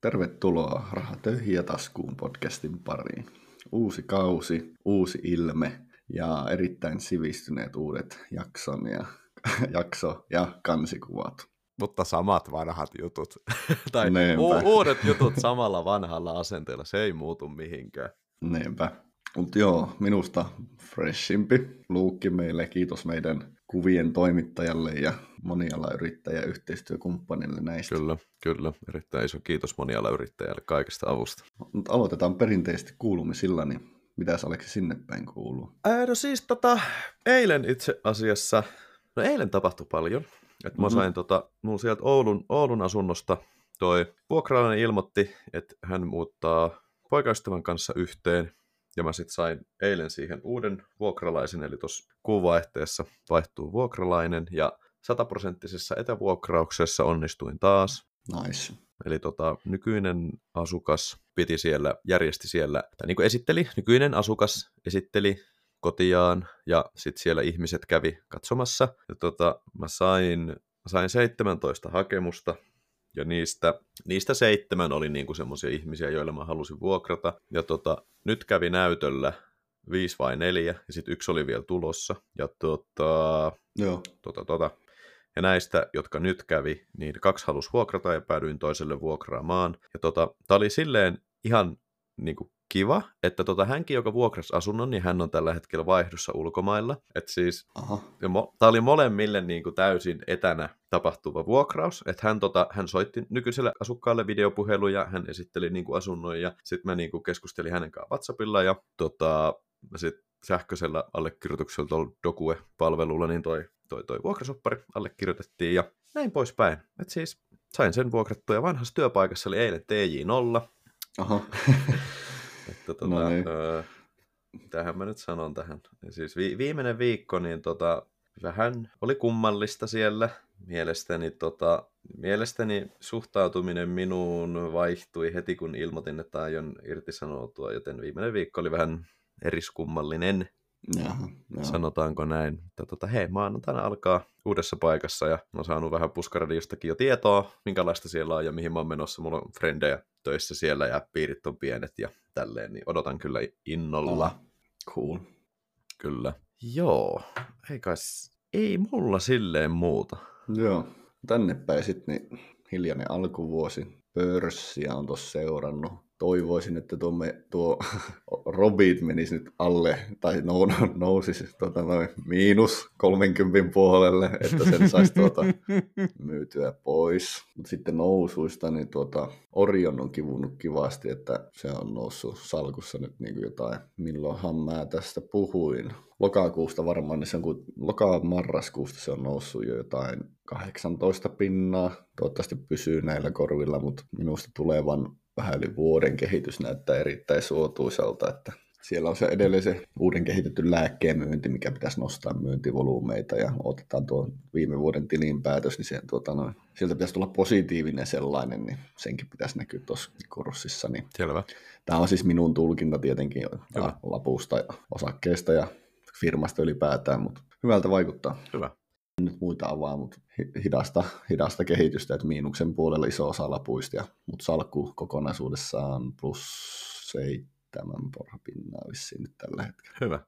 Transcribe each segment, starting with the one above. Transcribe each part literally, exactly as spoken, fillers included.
Tervetuloa Raha töihin ja taskuun podcastin pariin. Uusi kausi, uusi ilme ja erittäin sivistyneet uudet jakson ja, jakso ja kansikuvat. Mutta samat vanhat jutut. tai Neempä. u- uudet jutut samalla vanhalla asenteella. Se ei muutu mihinkään. Neempä. Mutta joo, minusta freshimpi luukki meille. Kiitos meidän kuvien toimittajalle ja monialayrittäjäyhteistyökumppanille näistä. Kyllä, kyllä. Erittäin iso kiitos monialayrittäjälle kaikesta avusta. Mutta aloitetaan perinteisesti kuulumisilla, niin mitäs Aleksi sinne päin kuuluu? Ää, no siis tota, eilen itse asiassa, no eilen tapahtui paljon. Että mä sain tota, mulla sieltä Oulun, Oulun asunnosta toi vuokralainen ilmoitti, että hän muuttaa poikaystävän kanssa yhteen. Ja mä sitten sain eilen siihen uuden vuokralaisen, eli tuossa kuuvaihteessa vaihtuu vuokralainen, ja sataprosenttisessa etävuokrauksessa onnistuin taas. Nice. Eli tota, nykyinen asukas piti siellä, järjesti siellä, tai niin kuin esitteli, nykyinen asukas esitteli kotiaan, ja sitten siellä ihmiset kävi katsomassa. Ja tota, mä sain, sain seitsemäntoista hakemusta, ja niistä, niistä seitsemän oli niinku semmoisia ihmisiä, joille mä halusin vuokrata. Ja tota, nyt kävi näytöllä viisi vai neljä, ja sitten yksi oli vielä tulossa. Ja, tota, Joo. tota, tota. ja näistä, jotka nyt kävi, niin kaksi halusi vuokrata ja päädyin toiselle vuokraamaan. Ja tota, tää oli silleen ihan niinku kiva, että tota, hänkin, joka vuokrasi asunnon, niin hän on tällä hetkellä vaihdossa ulkomailla. Että siis, mo- tää oli molemmille niinku täysin etänä tapahtuva vuokraus. Että hän, tota, hän soitti nykyiselle asukkaalle videopuheluja, hän esitteli niinku asunnon ja sitten mä niinku keskustelin hänen kanssaan WhatsAppilla ja tota, sitten sähköisellä allekirjoituksella tuolla Dokue-palvelulla niin toi, toi, toi vuokrasoppari allekirjoitettiin ja näin poispäin. Että siis sain sen vuokrattua ja vanhassa työpaikassa oli eilen T J nolla. Aha. Että tota, no niin. öö, mitähän mä nyt sanon tähän. Siis vi- viimeinen viikko, niin tota, vähän oli kummallista siellä. Mielestäni, tota, mielestäni suhtautuminen minuun vaihtui heti, kun ilmoitin, että aion irtisanoutua, joten viimeinen viikko oli vähän eriskummallinen. Jaha, jaha. Sanotaanko näin. Mutta tota, hei, maanantaina alkaa uudessa paikassa ja mä oon saanut vähän Puskaradiostakin jo tietoa, minkälaista siellä on ja mihin mä oon menossa. Mulla on frendejä töissä siellä ja piirit on pienet ja tälleen, niin odotan kyllä innolla. Ah, cool. Kyllä. Joo, ei kai, ei mulla silleen muuta. Joo, tänne päin sitten niin hiljainen alkuvuosi. Pörssiä on tuossa seurannut. Toivoisin, että tuo, me, tuo Robit menisi nyt alle, tai nou, nousisi tuota, noin miinus kolmenkympin puolelle, että sen saisi tuota, myytyä pois. Mutta sitten nousuista, niin tuota, Orion on kivunut kivasti, että se on noussut salkussa nyt niin kuin jotain. Milloinhan mä tästä puhuin? Lokakuusta varmaan, niin se on kuin loka-marraskuusta se on noussut jo jotain kahdeksantoista pinnaa. Toivottavasti pysyy näillä korvilla, mutta minusta tulevan vähän yli vuoden kehitys näyttää erittäin suotuisalta, että siellä on se edelleen se uuden kehitetty lääkkeen myynti, mikä pitäisi nostaa myyntivolyymeita ja otetaan tuo viime vuoden tilinpäätös, niin se, tuota, no, sieltä pitäisi tulla positiivinen sellainen, niin senkin pitäisi näkyä tuossa kurssissa. Niin Selvä. tämä on siis minun tulkinta tietenkin Hyvä. lapusta ja osakkeesta ja firmasta ylipäätään, mutta hyvältä vaikuttaa. Hyvä. Nyt muita avaa, mutta hidasta, hidasta kehitystä, että miinuksen puolella iso osa lapuista, mutta salkku kokonaisuudessaan plus seitsemän porrapinnaa vissiin nyt tällä hetkellä. Hyvä.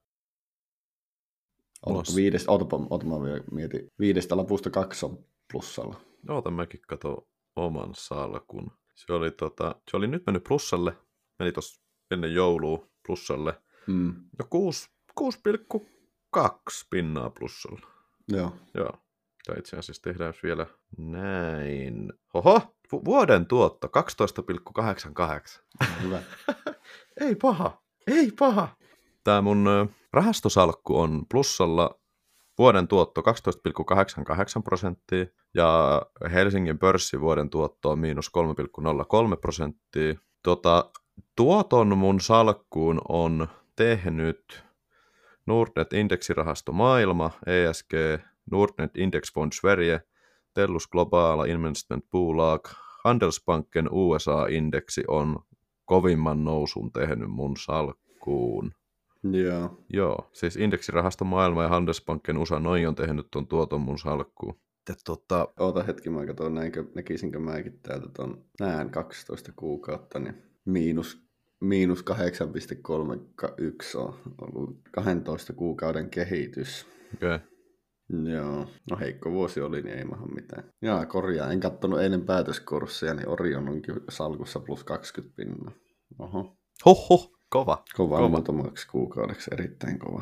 Ootapa viidestä, ootapa, ootapa mietin, viidestä lapusta kaksi on plussalla. Oota, mäkin katson oman salkun. Se oli, tota, se oli nyt mennyt plussalle, meni tuossa ennen joulua plussalle, mm. ja kuusi pilkku kaksi pinnaa plussalla. Joo. Joo. Tai itse asiassa tehdään vielä näin. Oho, vu- vuoden tuotto kaksitoista pilkku kahdeksankymmentäkahdeksan. Hyvä. Ei paha, ei paha. Tämä mun rahastosalkku on plussalla vuoden tuotto kaksitoista pilkku kahdeksankymmentäkahdeksan prosenttia ja Helsingin pörssin vuoden tuotto on miinus kolme pilkku nolla kolme prosenttia. Tota, tuoton mun salkkuun on tehnyt Nordnet Indeksirahasto Maailma, E S G, Nordnet Indexfond Sverige, Tellus Globala Investment Bolag, Handelsbanken U S A-indeksi on kovimman nousun tehnyt mun salkkuun. Joo. Joo, siis Indeksirahasto Maailma ja Handelsbanken U S A noin on tehnyt ton tuoton mun salkkuun. sitten tota... Oota hetki, mä katson, näinkö, näkisinkö mäkin täältä ton, näen kaksitoista kuukautta, niin miinus, miinus kahdeksan pilkku kolmekymmentäyksi on ollut kaksitoista kuukauden kehitys. Okei. Okay. Joo, no heikko vuosi oli, niin ei maha mitään. Jaa, korjaa, en kattonut eilen päätöskurssia, niin Orion onkin salkussa plus kaksikymmentä pinnaa. Oho. Hoho, kova. Kova, kova. muutamaksi kuukaudeksi, erittäin kova.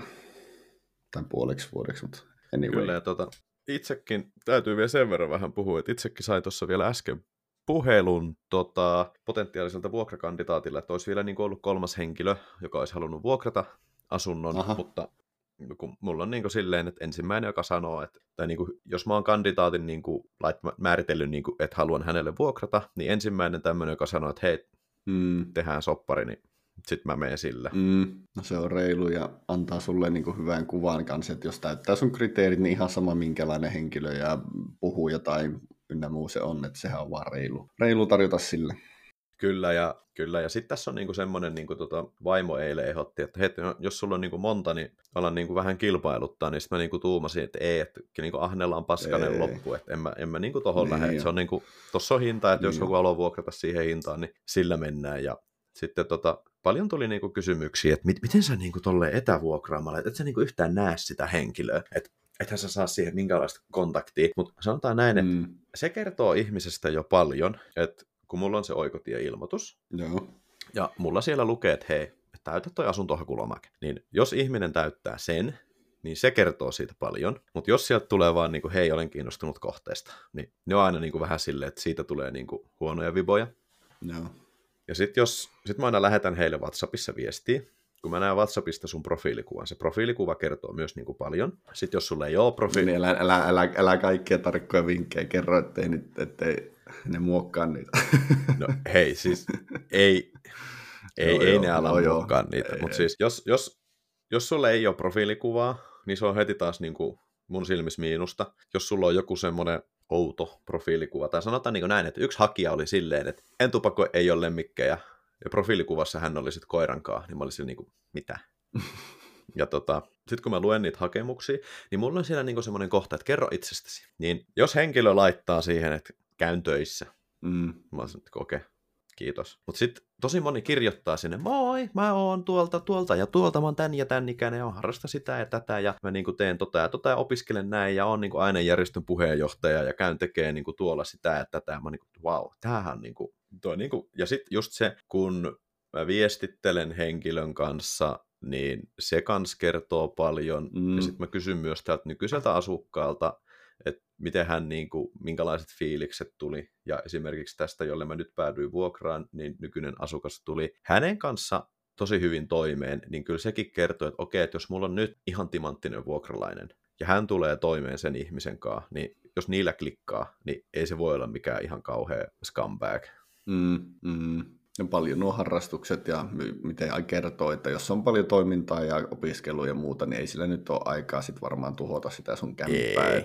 Tai puoleksi vuodeksi, mutta anyway. Kyllä, ja tota, itsekin, täytyy vielä sen verran vähän puhua, että itsekin sai tuossa vielä äsken puhelun tota, potentiaaliselta vuokrakanditaatilla, että olisi vielä niin kuin ollut kolmas henkilö, joka olisi halunnut vuokrata asunnon, Aha. mutta kun mulla on niin kuin silleen, että ensimmäinen, joka sanoo, että tai niin kuin, jos mä oon kandidaatin niin kuin, määritellyt, niin kuin, että haluan hänelle vuokrata, niin ensimmäinen tämmöinen, joka sanoo, että hei, mm. tehdään soppari, niin sitten mä menen sillä. Mm, no se on reilu ja antaa sulle niin kuin hyvän kuvan kanssa, että jos täyttää sun kriteerit, niin ihan sama minkälainen henkilö ja puhuu jotain ynnä muu se on, että sehän on vaan reilu. Reilu tarjota sille. Kyllä, ja, kyllä. ja sitten tässä on niinku semmoinen, niinku tota, vaimo eilen ehdotti, että hei, jos sulla on niinku monta, niin alan niinku vähän kilpailuttaa, niin sitten mä niinku tuumasin, että ei, että niinku Ahnella on paskanen ei. loppu, että en mä, en mä niinku tohon niin lähde. Se on niinku, tossa on hinta, että niin jos joku haluaa vuokrata siihen hintaan, niin sillä mennään, ja sitten tota, paljon tuli niinku kysymyksiä, että mit, miten sä niinku tolleen etävuokraamalla, että et sä niinku yhtään näe sitä henkilöä, että ethän sä saa siihen minkälaista kontaktia, mutta sanotaan näin, että mm. se kertoo ihmisestä jo paljon, että kun mulla on se oikotie-ilmoitus, Joo. ja mulla siellä lukee, että hei, täytä toi asuntohakulomake, niin jos ihminen täyttää sen, niin se kertoo siitä paljon, mutta jos sieltä tulee vaan niin kuin, hei, olen kiinnostunut kohteesta, niin ne on aina niin kuin vähän silleen, että siitä tulee niin kuin huonoja viboja. Joo. Ja sitten jos, sit mä aina lähetän heille WhatsAppissa viestiä, kun mä näen WhatsAppista sun profiilikuvan, se profiilikuva kertoo myös niin kuin paljon. Sitten jos sulla ei ole profiili... Niin, älä, älä, älä, älä kaikkia tarkkoja vinkkejä kerro, ettei, nyt, ettei ne muokkaa niitä. No hei, siis ei, ei, joo, ei joo, ne ala joo, muokkaa joo. niitä. Mutta siis jos, jos, jos sulla ei ole profiilikuvaa, niin se on heti taas niin kuin mun silmissä miinusta. Jos sulla on joku semmoinen outo profiilikuva, tai sanotaan niin kuin näin, että yksi hakija oli silleen, että en tupakoi, ei ole lemmikkejä, ja profiilikuvassa hän oli sitten koirankaa, niin mä olisin niin kuin, mitä? Ja tota, sitten kun mä luen niitä hakemuksia, niin mulla on siellä niin kuin semmoinen kohta, että kerro itsestäsi. Niin jos henkilö laittaa siihen, että käyn töissä, mm. mä olisin, että okei, okay, kiitos. Mutta sitten tosi moni kirjoittaa sinne, moi, mä oon tuolta, tuolta ja tuolta, mä oon tän ja tän ikäinen, ja harrastan sitä ja tätä, ja mä niinku teen tota ja tota ja opiskelen näin, ja oon niinku ainejärjestön puheenjohtaja, ja käyn tekemään niinku tuolla sitä ja tätä, ja mä oon niinku, wow, tämähän niinku, toi niinku, ja sitten just se, kun mä viestittelen henkilön kanssa, niin se kans kertoo paljon, mm. ja sitten mä kysyn myös täältä nykyiseltä asukkaalta, että miten hän, niin kuin, minkälaiset fiilikset tuli, ja esimerkiksi tästä, jolle mä nyt päädyin vuokraan, niin nykyinen asukas tuli hänen kanssa tosi hyvin toimeen, niin kyllä sekin kertoo, että okei, että jos mulla on nyt ihan timanttinen vuokralainen, ja hän tulee toimeen sen ihmisen kanssa, niin jos niillä klikkaa, niin ei se voi olla mikään ihan kauhea scumbag. Mm, mm. Ja paljon nuo harrastukset ja miten kertoo, että jos on paljon toimintaa ja opiskelua ja muuta, niin ei sillä nyt ole aikaa sit varmaan tuhota sitä sun kämppää.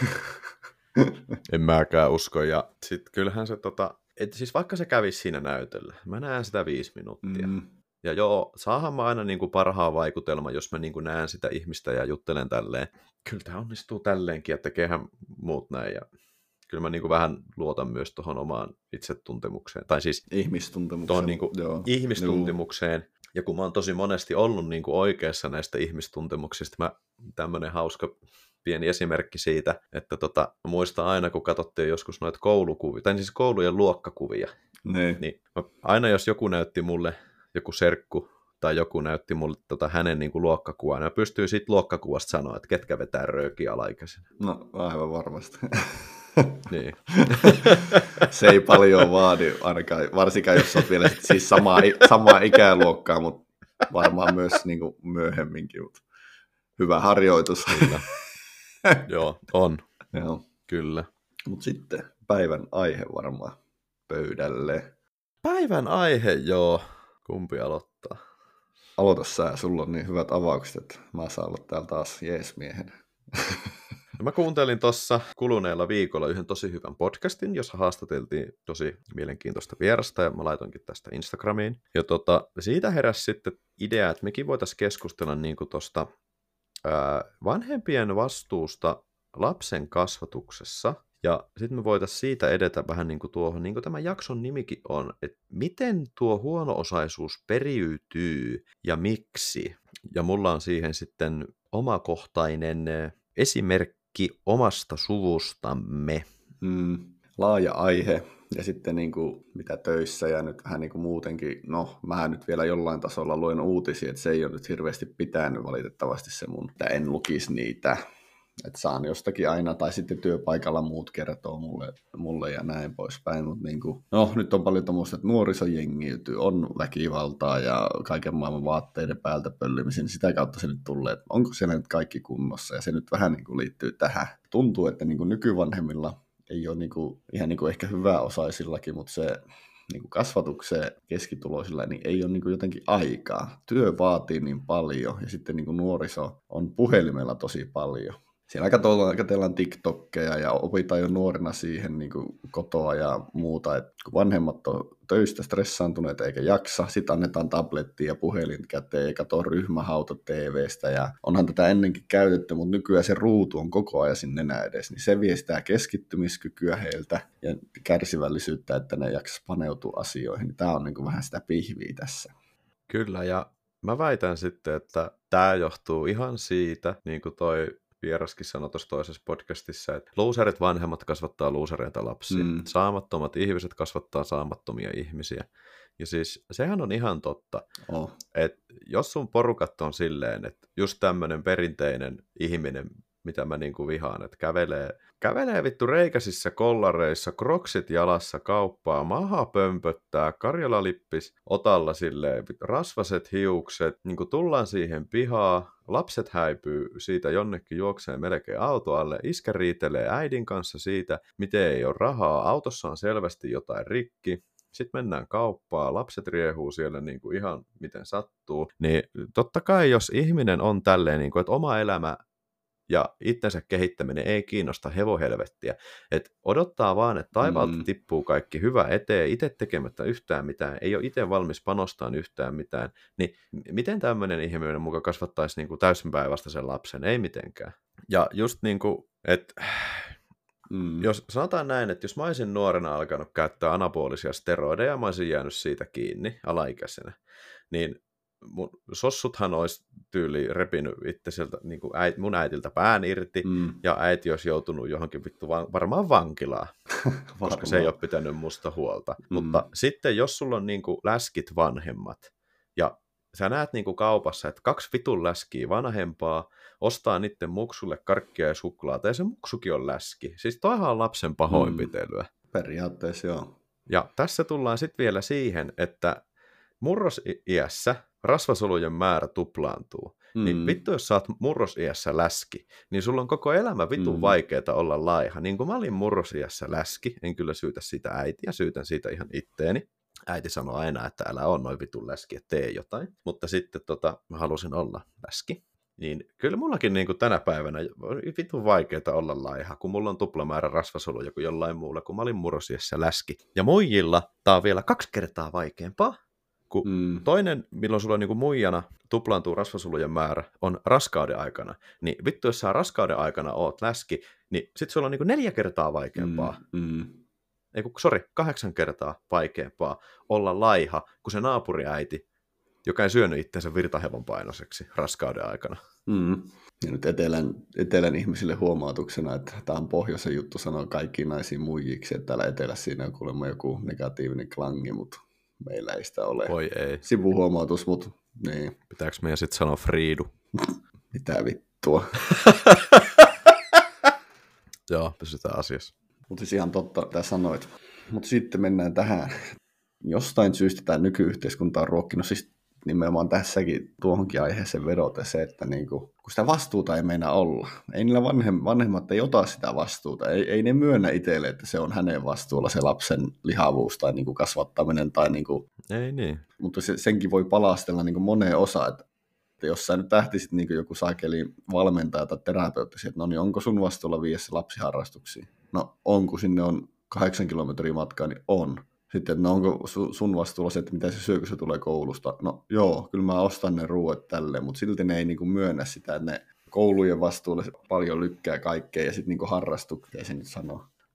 En mäkään usko. Ja sitten kyllähän se, tota, että siis vaikka se kävisi siinä näytöllä, mä näen sitä viisi minuuttia. Mm. Ja joo, saahan mä aina niin kuin parhaan vaikutelman, jos mä niin kuin näen sitä ihmistä ja juttelen tälleen. Kyllä tämä onnistuu tälleenkin, ja tekeehän muut näin. Ja kyllä mä niin kuin vähän luotan myös tuohon omaan itsetuntemukseen. Tai siis ihmistuntemukseen. Tuohon niin kuin ihmistuntemukseen. Joo. Ja kun mä oon tosi monesti ollut niin kuin oikeassa näistä ihmistuntemuksista, mä tämmönen hauska pieni esimerkki siitä, että tota, muistan aina, kun katsottiin joskus noita koulukuvia, tai siis koulujen luokkakuvia, ne. niin mä, aina jos joku näytti mulle, joku serkku, tai joku näytti mulle tota hänen niin kuin luokkakuvaa, niin mä pystyin siitä luokkakuvasta sanoa, että ketkä vetää röökiä alaikäisenä. No, aivan varmasti. Niin. Se ei paljon vaadi, ainakaan, varsinkaan jos olet vielä siis samaa, samaa ikäluokkaa, mutta varmaan myös niin kuin myöhemminkin. Mutta hyvä harjoitus. Kyllä. Joo, on. Joo. Kyllä. Mutta sitten päivän aihe varmaan pöydälle. Päivän aihe, joo. Kumpi aloittaa? Aloita sä, sulla on niin hyvät avaukset, että mä saan olla täällä taas jeesmiehen. No mä kuuntelin tuossa kuluneella viikolla yhden tosi hyvän podcastin, jossa haastateltiin tosi mielenkiintoista vierasta, ja mä laitoinkin tästä Instagramiin. Ja tota, siitä heräsi sitten idea, että mekin voitaisiin keskustella niin kuin tuosta ää, vanhempien vastuusta lapsen kasvatuksessa, Ja sitten me voitaisiin siitä edetä vähän niin kuin tuohon, niin kuin tämä jakson nimikin on, että miten tuo huono-osaisuus periytyy ja miksi. Ja mulla on siihen sitten omakohtainen esimerkki omasta suvustamme. Mm, laaja aihe. Ja sitten niin kuin, mitä töissä ja nyt vähän niin kuin muutenkin, no mä nyt vielä jollain tasolla luen uutisia, että se ei ole nyt hirveästi pitänyt valitettavasti se mun, että en lukisi niitä. Että saan jostakin aina, tai sitten työpaikalla muut kertoo mulle, mulle ja näin poispäin. Mutta niin kuin, no nyt on paljon tommoista, että nuoriso jengiytyy, on väkivaltaa ja kaiken maailman vaatteiden päältä pöllimisen, niin sitä kautta se nyt tulee, että onko siellä nyt kaikki kunnossa. Ja se nyt vähän niin kuin liittyy tähän. Tuntuu, että niin kuin nykyvanhemmilla ei ole niin kuin, ihan niin kuin ehkä hyväosaisillakin, mutta se niin kuin kasvatukseen keskituloisilla niin ei ole niin kuin jotenkin aikaa. Työ vaatii niin paljon ja sitten niin kuin nuoriso on puhelimella tosi paljon. Siellä katsellaan TikTokkeja ja opitaan jo nuorena siihen niin kuin kotoa ja muuta, että kun vanhemmat on töistä stressaantuneita eikä jaksa, sitten annetaan tablettia ja puhelin käteen ja katsoa ryhmähauta T V:stä ja onhan tätä ennenkin käytetty, mutta nykyään se ruutu on koko ajan sinne enää edes, niin se vie sitä keskittymiskykyä heiltä ja kärsivällisyyttä, että ne jaksa paneutua asioihin. Tämä on niin kuin vähän sitä pihviä tässä. Kyllä, ja mä väitän sitten, että tämä johtuu ihan siitä, niin kuin toi vieraskin sanoi tuossa toisessa podcastissa, että loserit vanhemmat kasvattaa losereita lapsia. Mm. Saamattomat ihmiset kasvattaa saamattomia ihmisiä. Ja siis sehän on ihan totta, oh. että jos sun porukat on silleen, että just tämmöinen perinteinen ihminen, mitä mä niinku vihaan, että kävelee, kävelee vittu reikäisissä kollareissa, kroksit jalassa kauppaa, maha pömpöttää, Karjala-lippis otalla silleen, rasvaset hiukset, niinku tullaan siihen pihaan, lapset häipyy siitä jonnekin juokseen melkein auto alle, iskä riitelee äidin kanssa siitä, miten ei ole rahaa, autossa on selvästi jotain rikki, sitten mennään kauppaan, lapset riehuu siellä niin kuin ihan miten sattuu, niin totta kai jos ihminen on tälleen, niin kuin, että oma elämä ja itsensä kehittäminen ei kiinnosta hevohelvettiä. Että odottaa vaan, että taivaalta mm. tippuu kaikki hyvä eteen, itse tekemättä yhtään mitään, ei ole itse valmis panostaan yhtään mitään. Niin miten tämmöinen ihminen mukaan kasvattaisi niin kuin täysinpäiväistä sen lapsen? Ei mitenkään. Ja just niin kuin, että mm. jos sanotaan näin, että jos mä olisin nuorena alkanut käyttää anabolisia steroideja ja mä olisin jäänyt siitä kiinni alaikäisenä, niin mun sossuthan olisi tyyli repinyt itse sieltä, niin kuin äit, mun äitiltä pään irti, mm. ja äiti olisi joutunut johonkin vittu van, varmaan vankilaan, koska se ei ole pitänyt musta huolta. Mm. Mutta sitten jos sulla on niin kuin läskit vanhemmat, ja sä näet niin kuin kaupassa, että kaksi vitun läskiä vanhempaa ostaa niiden muksulle karkkia ja suklaata, ja se muksukin on läski. Siis toihan on lapsen pahoinpitelyä. Mm. Periaatteessa joo. Ja tässä tullaan sitten vielä siihen, että murrosiässä rasvasolujen määrä tuplaantuu. Mm. Niin vittu, jos sä oot murrosiässä läski, niin sulla on koko elämä vitun mm. vaikeeta olla laiha. Niin kuin mä olin murrosiässä läski, en kyllä syytä sitä äitiä, syytän siitä ihan itteeni. Äiti sanoi aina, että älä ole noin vitun läski, että tee jotain. Mutta sitten tota, mä halusin olla läski. Niin kyllä mullakin niin kuin tänä päivänä on vitun vaikeeta olla laiha, kun mulla on tuplamäärä rasvasoluja kuin jollain muulla, kun mä olin murrosiässä läski. Ja muijilla tää on vielä kaksi kertaa vaikeampaa. Kun mm. toinen, milloin sulla on niin kuin muijana tuplaantuu rasvasolujen määrä, on raskauden aikana. Niin vittu, jos sä raskauden aikana oot läski, niin sit sulla on niin kuin neljä kertaa vaikeampaa. Mm. Mm. Ei kun, sori, kahdeksan kertaa vaikeampaa olla laiha kuin se naapuriäiti, joka ei syönyt itseänsä virtahevon painoiseksi raskauden aikana. Mm. Ja nyt etelän, etelän ihmisille huomautuksena, että tämä on pohjoisen juttu sanoa kaikkiin naisiin muijiksi, että täällä etelässä siinä on kuulemma joku negatiivinen klangi, mutta meillä ei sitä ole. Voi ei. Sivuhuomautus, mutta niin. Pitääkö meidän sitten sanoa Friidu? Mitä vittua? Joo, pysytään asiassa. Mutta siis ihan totta, mitä sanoit. Mutta sitten mennään tähän. Jostain syystä tämä nykyyhteiskunta on ruokkinut, siis nimenomaan tässäkin tuohonkin aiheeseen vedote se, että niinku, kun sitä vastuuta ei meinaa olla. Ei niillä vanhem, vanhemmat ei ota sitä vastuuta. Ei, ei ne myönnä itselle, että se on hänen vastuulla se lapsen lihavuus tai niinku kasvattaminen. Tai niinku, ei niin. Mutta se, senkin voi palastella niinku moneen osaan. Että, että jos sä nyt lähtisit niinku joku saakeli valmentaja tai terapeutti, että no niin onko sun vastuulla viedä se lapsiharrastuksiin? No on, kun sinne on kahdeksan kilometriä matkaa, niin on. Sitten, että no onko sun vastuulla se, että mitä se syö, kun se tulee koulusta? No joo, kyllä mä ostan ne ruuat tälleen, mutta silti ne ei niinku myönnä sitä, että ne koulujen vastuulla paljon lykkää kaikkea ja sitten niinku harrastuksia, ei se nyt sano.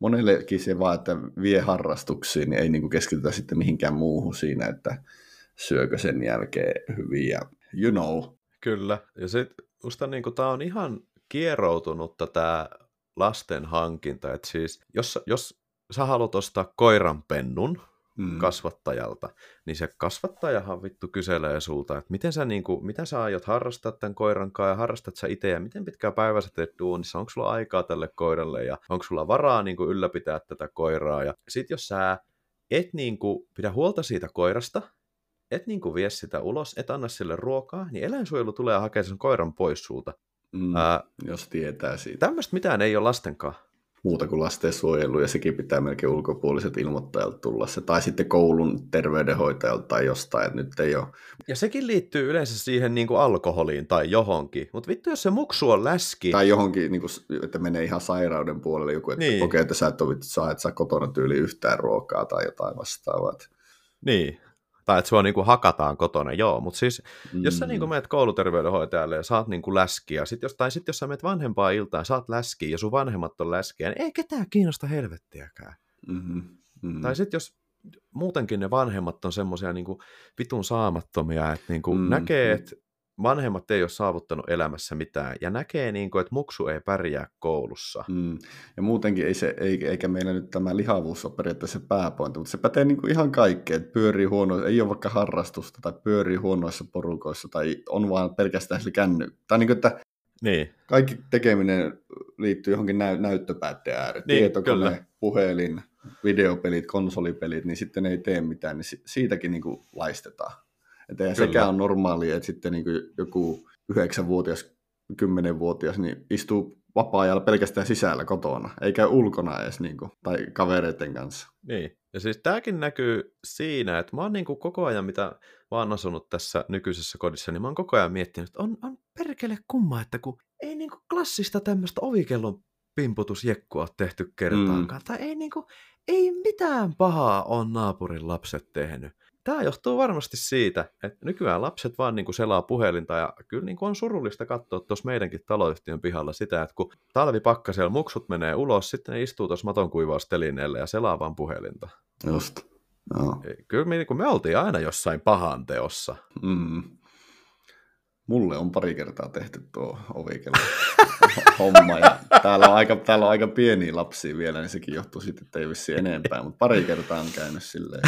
monellekin se vaan, että vie harrastuksiin, niin ei niin kuin keskitytä sitten mihinkään muuhun siinä, että syökö sen jälkeen hyvin ja you know. Kyllä, ja sitten musta niin tämä on ihan kieroutunutta tämä lasten hankinta, että siis jos, jos sä haluat ostaa koiranpennun mm. kasvattajalta, niin se kasvattajahan vittu kyselee sulta, että miten sä, niin kuin, mitä sä aiot harrastaa tämän koiran kanssa ja harrastat sä itse ja miten pitkään päivä sä teet duunissa, onko sulla aikaa tälle koiralle ja onko sulla varaa niin kuin ylläpitää tätä koiraa ja sit jos sä et niin kuin pidä huolta siitä koirasta, et niin kuin vie sitä ulos, et anna sille ruokaa, niin eläinsuojelu tulee hakemaan sen koiran pois sulta. Mm, Ää, jos tietää siitä. Tämmöistä mitään ei ole lastenkaan. Muuta kuin lastensuojelu, ja sekin pitää melkein ulkopuoliset ilmoittajalta tulla se, tai sitten koulun terveydenhoitajalta tai jostain, että nyt ei ole. Ja sekin liittyy yleensä siihen niin kuin alkoholiin tai johonkin, mutta vittu jos se muksu on läski. Tai johonkin, niin kuin, että menee ihan sairauden puolelle joku, että niin. Okei, että sä et ole vittu, saa, että saa kotona tyyli yhtään ruokaa tai jotain vastaavaa. Niin. Tai että sua niinku hakataan kotona, joo, mutta siis mm. jos sä niinku menet kouluterveydenhoitajalle ja saat niinku läskiä, sit jos, tai sitten jos sä menet vanhempaa iltaan ja saat läskiä ja sun vanhemmat on läskiä, niin ei ketään kiinnosta helvettiäkään. Mm-hmm. Mm-hmm. Tai sitten jos muutenkin ne vanhemmat on semmoisia niinku vitun saamattomia, että niinku mm-hmm. näkee, että vanhemmat ei ole saavuttanut elämässä mitään ja näkee, niinku, että muksu ei pärjää koulussa. Mm. Ja muutenkin ei se, eikä meillä nyt tämä lihavuus ole periaatteessa se pääpointi, mutta se pätee niinku ihan kaikkeen, että pyörii huonoissa, ei ole vaikka harrastusta tai pyörii huonoissa porukoissa tai on vaan pelkästään sillä känny. Tai niin kuin, että niin. Kaikki tekeminen liittyy johonkin näy- näyttöpäätteen ääreen. Niin, Tietokone, kyllä. puhelin, videopelit, konsolipelit, niin sitten ne ei tee mitään, niin siitäkin niin kuin laistetaan. Että sekä on normaalia, että sitten niin kuin joku yhdeksänvuotias, kymmenenvuotias niin istuu vapaa-ajalla pelkästään sisällä kotona, eikä ulkona edes, niin kuin, tai kavereiden kanssa. Niin, ja siis tämäkin näkyy siinä, että mä oon niin kuin koko ajan, mitä mä oon asunut tässä nykyisessä kodissa, niin mä oon koko ajan miettinyt, että on, on perkele kumma, että kun ei niin kuin klassista tämmöistä ovikellon pimputusjekkua tehty kertaankaan, mm. tai ei, niin kuin, ei mitään pahaa on naapurin lapset tehnyt. Tämä johtuu varmasti siitä, että nykyään lapset vaan niin kuin selaa puhelinta ja kyllä niin kuin on surullista katsoa tuossa meidänkin taloyhtiön pihalla sitä, että kun talvipakkasella muksut menee ulos, sitten ne istuu tuossa matonkuivaustelineellä ja selaa vaan puhelinta. Just. No. Kyllä me, niin kuin me oltiin aina jossain pahan teossa. Mm. Mulle on pari kertaa tehty tuo ovikello homma ja täällä on, aika, täällä on aika pieniä lapsia vielä, niin sekin johtuu sitten, että ei vissiin enempää, mutta pari kertaa on käynyt silleen.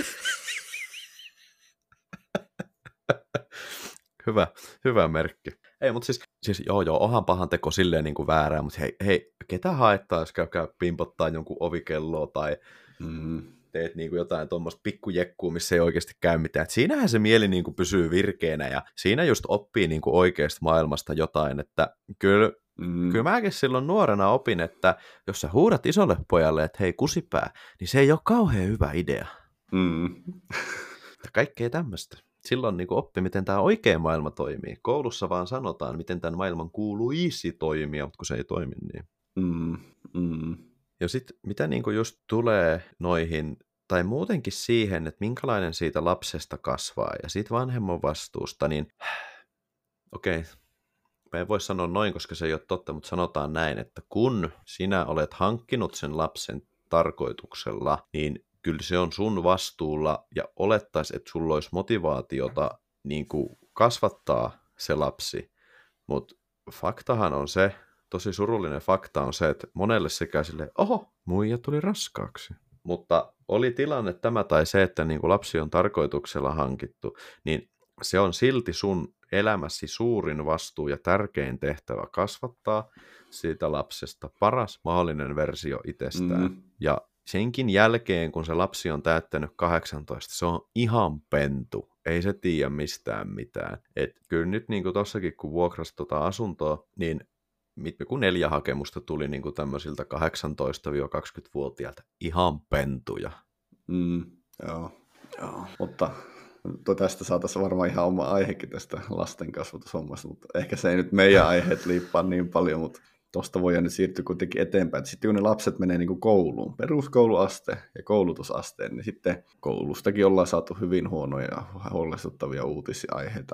Hyvä, hyvä merkki. Ei, mutta siis, siis joo joo, onhan pahan teko silleen niin kuin väärää, mutta hei, hei, ketä haettaa, jos käy, käy pimpottaa jonkun ovikelloa tai mm. teet niin kuin jotain tuommoista pikkujekkua, missä ei oikeasti käy mitään. Et siinähän se mieli niin kuin pysyy virkeänä ja siinä just oppii niin kuin oikeasta maailmasta jotain, että kyllä, mm. kyllä mäkin silloin nuorena opin, että jos sä huudat isolle pojalle, että hei kusipää, niin se ei ole kauhean hyvä idea. Mm. Kaikkea tämmöistä. Silloin niin kuin oppi, miten tämä oikea maailma toimii. Koulussa vaan sanotaan, miten tämän maailman kuuluisi toimia, mutta kun se ei toimi niin. Mm, mm. Ja sitten mitä niin kuin just tulee noihin, tai muutenkin siihen, että minkälainen siitä lapsesta kasvaa, ja siitä vanhemman vastuusta, niin okei, okay, mä en voi sanoa noin, koska se ei ole totta, mutta sanotaan näin, että kun sinä olet hankkinut sen lapsen tarkoituksella, niin kyllä se on sun vastuulla ja olettaisi, että sulla olisi motivaatiota niin kuin kasvattaa se lapsi. Mutta faktahan on se, tosi surullinen fakta on se, että monelle se käy silleen, oho, muija tuli raskaaksi. Mutta oli tilanne tämä tai se, että niin kuin lapsi on tarkoituksella hankittu, niin se on silti sun elämäsi suurin vastuu ja tärkein tehtävä kasvattaa siitä lapsesta paras mahdollinen versio itsestään. Mm. Ja senkin jälkeen, kun se lapsi on täyttänyt kahdeksantoista, se on ihan pentu. Ei se tiedä mistään mitään. Et kyllä nyt niin kuin tossakin, kun vuokrasi tota asuntoa, niin joku neljä hakemusta tuli niin kuin tämmöisiltä kahdeksantoista-kaksikymmentävuotiailta. Ihan pentuja. Mm, joo, joo. Mutta tästä saataisiin varmaan ihan oma aihekin tästä lastenkasvatushommasta, mutta ehkä se ei nyt meidän aiheet liippaa niin paljon, mutta tuosta voidaan nyt siirtyä kuitenkin eteenpäin. Sitten kun ne lapset menee niin kuin kouluun, peruskouluaste ja koulutusasteen, niin sitten koulustakin ollaan saatu hyvin huonoja ja huolestuttavia uutisaiheita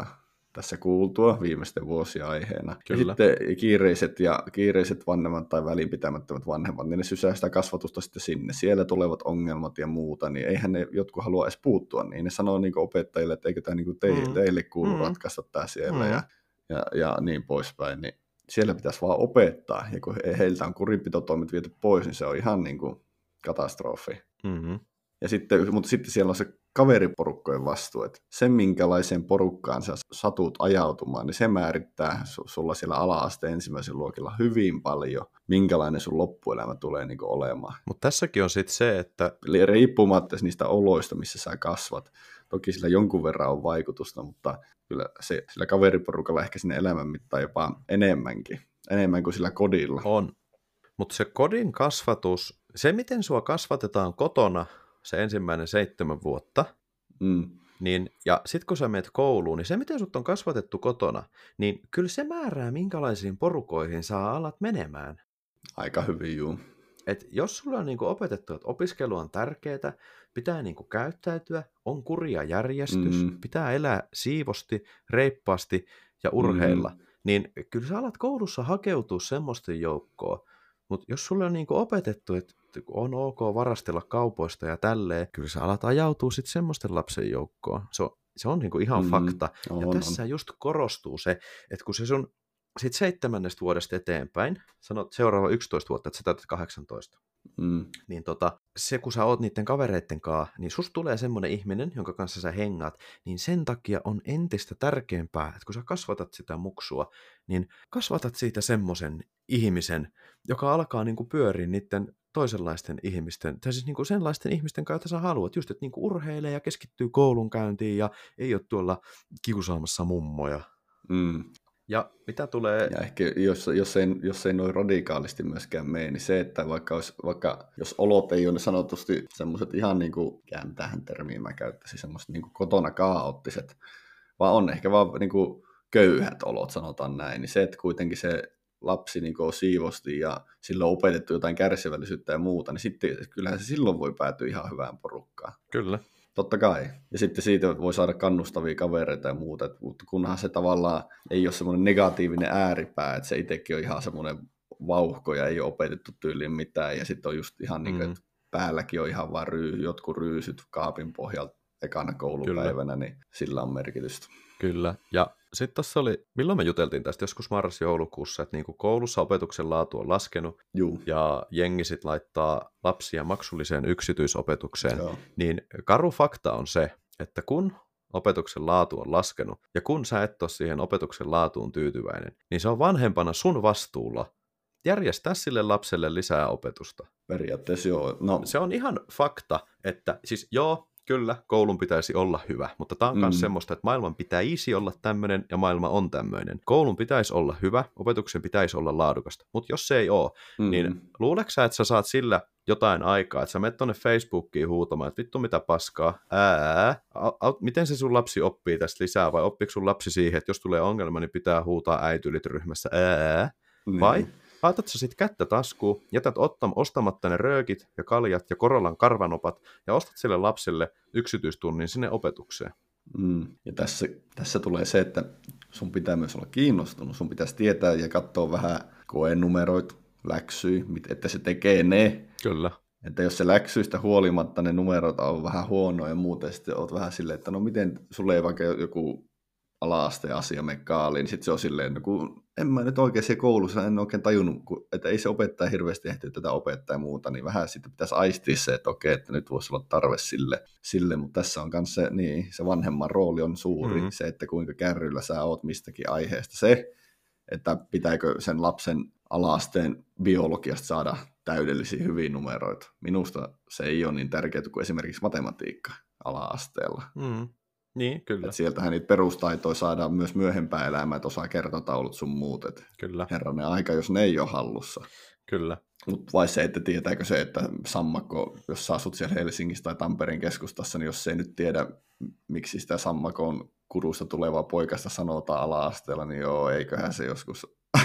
tässä kuultua viimeisten vuosien aiheena. Kyllä. Ja sitten kiireiset ja kiireiset vanhemmat tai välinpitämättömät vanhemmat, niin ne sysää sitä kasvatusta sitten sinne. Siellä tulevat ongelmat ja muuta, niin eihän ne jotkut halua edes puuttua, niin ne sanoo niin opettajille, että eikö tämä niin teille, Mm. teille kuulu Mm. ratkaista tämä siellä Mm. ja, ja, ja niin poispäin. Niin siellä pitäisi vaan opettaa, ja kun heiltä on kurinpitotoimet viety pois, niin se on ihan niin kuin katastrofi. Mm-hmm. Ja sitten, mutta sitten siellä on se kaveriporukkojen vastuu, että se minkälaiseen porukkaan sä satut ajautumaan, niin se määrittää sulla siellä ala-asteen ensimmäisen luokilla hyvin paljon, minkälainen sun loppuelämä tulee niin kuin olemaan. Mutta tässäkin on sitten se, että eli riippumatta niistä oloista, missä sä kasvat, toki sillä jonkun verran on vaikutusta, mutta kyllä se, sillä kaveriporukalla ehkä sinne elämän mittaan jopa enemmänkin, enemmän kuin sillä kodilla. On, mutta se kodin kasvatus, se miten sua kasvatetaan kotona, se ensimmäinen seitsemän vuotta, mm. niin, ja sitten kun sä menet kouluun, niin se miten sut on kasvatettu kotona, niin kyllä se määrää, minkälaisiin porukoihin sä alat menemään. Aika hyvin, juu. Et jos sulla on niinku opetettu, että opiskelu on tärkeää, pitää niinku käyttäytyä, on kuri ja järjestys, mm. pitää elää siivosti, reippaasti ja urheilla, mm. niin kyllä sä alat koulussa hakeutua semmoisten joukkoon. Mutta jos sulle on niinku opetettu, että on ok varastella kaupoista ja tälleen, kyllä sä alat ajautua sitten semmoisten lapsen joukkoon. Se on, se on niinku ihan mm. fakta. On, ja on. tässä just korostuu se, että kun se sun sitten seitsemännestä vuodesta eteenpäin, sanot seuraava yksitoista vuotta, että sä täytät kahdeksantoista, mm. niin tota, se kun sä oot niiden kavereitten kanssa, niin susta tulee semmoinen ihminen, jonka kanssa sä hengaat, niin sen takia on entistä tärkeämpää, että kun sä kasvatat sitä muksua, niin kasvatat siitä semmoisen ihmisen, joka alkaa niinku pyöriä niiden toisenlaisten ihmisten, tai siis niinku sellaisten ihmisten kanssa, joita sä haluat, just että niinku urheilee ja keskittyy koulunkäyntiin ja ei ole tuolla kiusaamassa mummoja. Mm. Ja mitä tulee... Ja ehkä jos, jos, ei, jos ei noin radikaalisti myöskään mene, niin se, että vaikka, olisi, vaikka jos olot ei ole sanotusti semmoiset ihan niin kuin, kään tähän termiin mä käyttäisin, semmoiset niin kuin kotona kaoottiset, vaan on ehkä vaan niin kuin köyhät olot, sanotaan näin, niin se, että kuitenkin se lapsi niin kuin on siivosti ja sillä on opetettu jotain kärsivällisyyttä ja muuta, niin sitten kyllähän se silloin voi päätyä ihan hyvään porukkaan. Kyllä. Totta kai. Ja sitten siitä voi saada kannustavia kavereita ja muuta, mutta kunhan se tavallaan ei ole semmoinen negatiivinen ääripää, että se itsekin on ihan semmoinen vauhko ja ei ole opetettu tyyliin mitään, ja sitten on just ihan niin kuin, Mm. että päälläkin on ihan vaan ryy, jotkut ryysyt kaapin pohjalta ekana koulupäivänä, Kyllä. niin sillä on merkitystä. Kyllä, ja sitten tuossa oli, milloin me juteltiin tästä, joskus marras-joulukuussa, että niinku koulussa opetuksen laatu on laskenut, Juu. ja jengi sit laittaa lapsia maksulliseen yksityisopetukseen, Joo. niin karu fakta on se, että kun opetuksen laatu on laskenut, ja kun sä et ole siihen opetuksen laatuun tyytyväinen, niin se on vanhempana sun vastuulla järjestää sille lapselle lisää opetusta. Periaatteessa joo. No. Se on ihan fakta, että siis joo, kyllä, koulun pitäisi olla hyvä, mutta tämä on myös Mm. semmoista, että maailman pitäisi olla tämmöinen ja maailma on tämmöinen. Koulun pitäisi olla hyvä, opetuksen pitäisi olla laadukasta, mutta jos se ei ole, Mm. niin luuleeko sä, että sä saat sillä jotain aikaa, että sä menet tonne Facebookiin huutamaan, että vittu mitä paskaa, ää, a, a, miten se sun lapsi oppii tästä lisää, vai oppiiko sun lapsi siihen, että jos tulee ongelma, niin pitää huutaa äitylit ryhmässä, ää, Niin. vai laitat sä sit kättä taskuun, jätät ottam, ostamatta ne röökit ja kaljat ja Korolan karvanopat ja ostat sille lapselle yksityistunnin sinne opetukseen. Mm. Ja tässä, tässä tulee se, että sun pitää myös olla kiinnostunut. Sun pitäisi tietää ja katsoa vähän koenumeroita, läksyjä, että se tekee ne. Kyllä. Että jos se läksyistä huolimatta ne numerot on vähän huonoja ja muuta, ja sitten oot vähän silleen, että no miten sulle ei vaikka joku ala-asteen asia mene kaaliin, niin sitten se on silleen, no kun en mä nyt oikein siellä koulussa, en oikein tajunnut, että ei se opettaja hirveästi ehtiä tätä opettaa ja muuta, niin vähän sitten pitäisi aistia se, että okei, että nyt voisi olla tarve sille, sille mutta tässä on myös se, niin, se vanhemman rooli on suuri, mm-hmm. se, että kuinka kärryllä sä oot mistäkin aiheesta. Se, että pitääkö sen lapsen ala-asteen biologiasta saada täydellisiä hyviä numeroita. Minusta se ei ole niin tärkeää kuin esimerkiksi matematiikka ala-asteella. Mm. Niin, kyllä. Et sieltähän niitä perustaitoja saadaan myös myöhempää elämää, että osaa kertotaulut sun muut. Et kyllä. Herranen aika, jos ne ei ole hallussa. Kyllä. Mutta vai se, että tietääkö se, että sammakko, jos sä asut siellä Helsingissä tai Tampereen keskustassa, niin jos se ei nyt tiedä, miksi sitä sammakon kurusta tulevaa poikasta sanotaan ala-asteella, niin joo, eiköhän se joskus,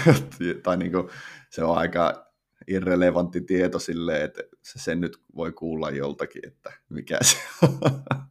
tai niinku, se on aika irrelevantti tieto silleen, että se sen nyt voi kuulla joltakin, että mikä se on.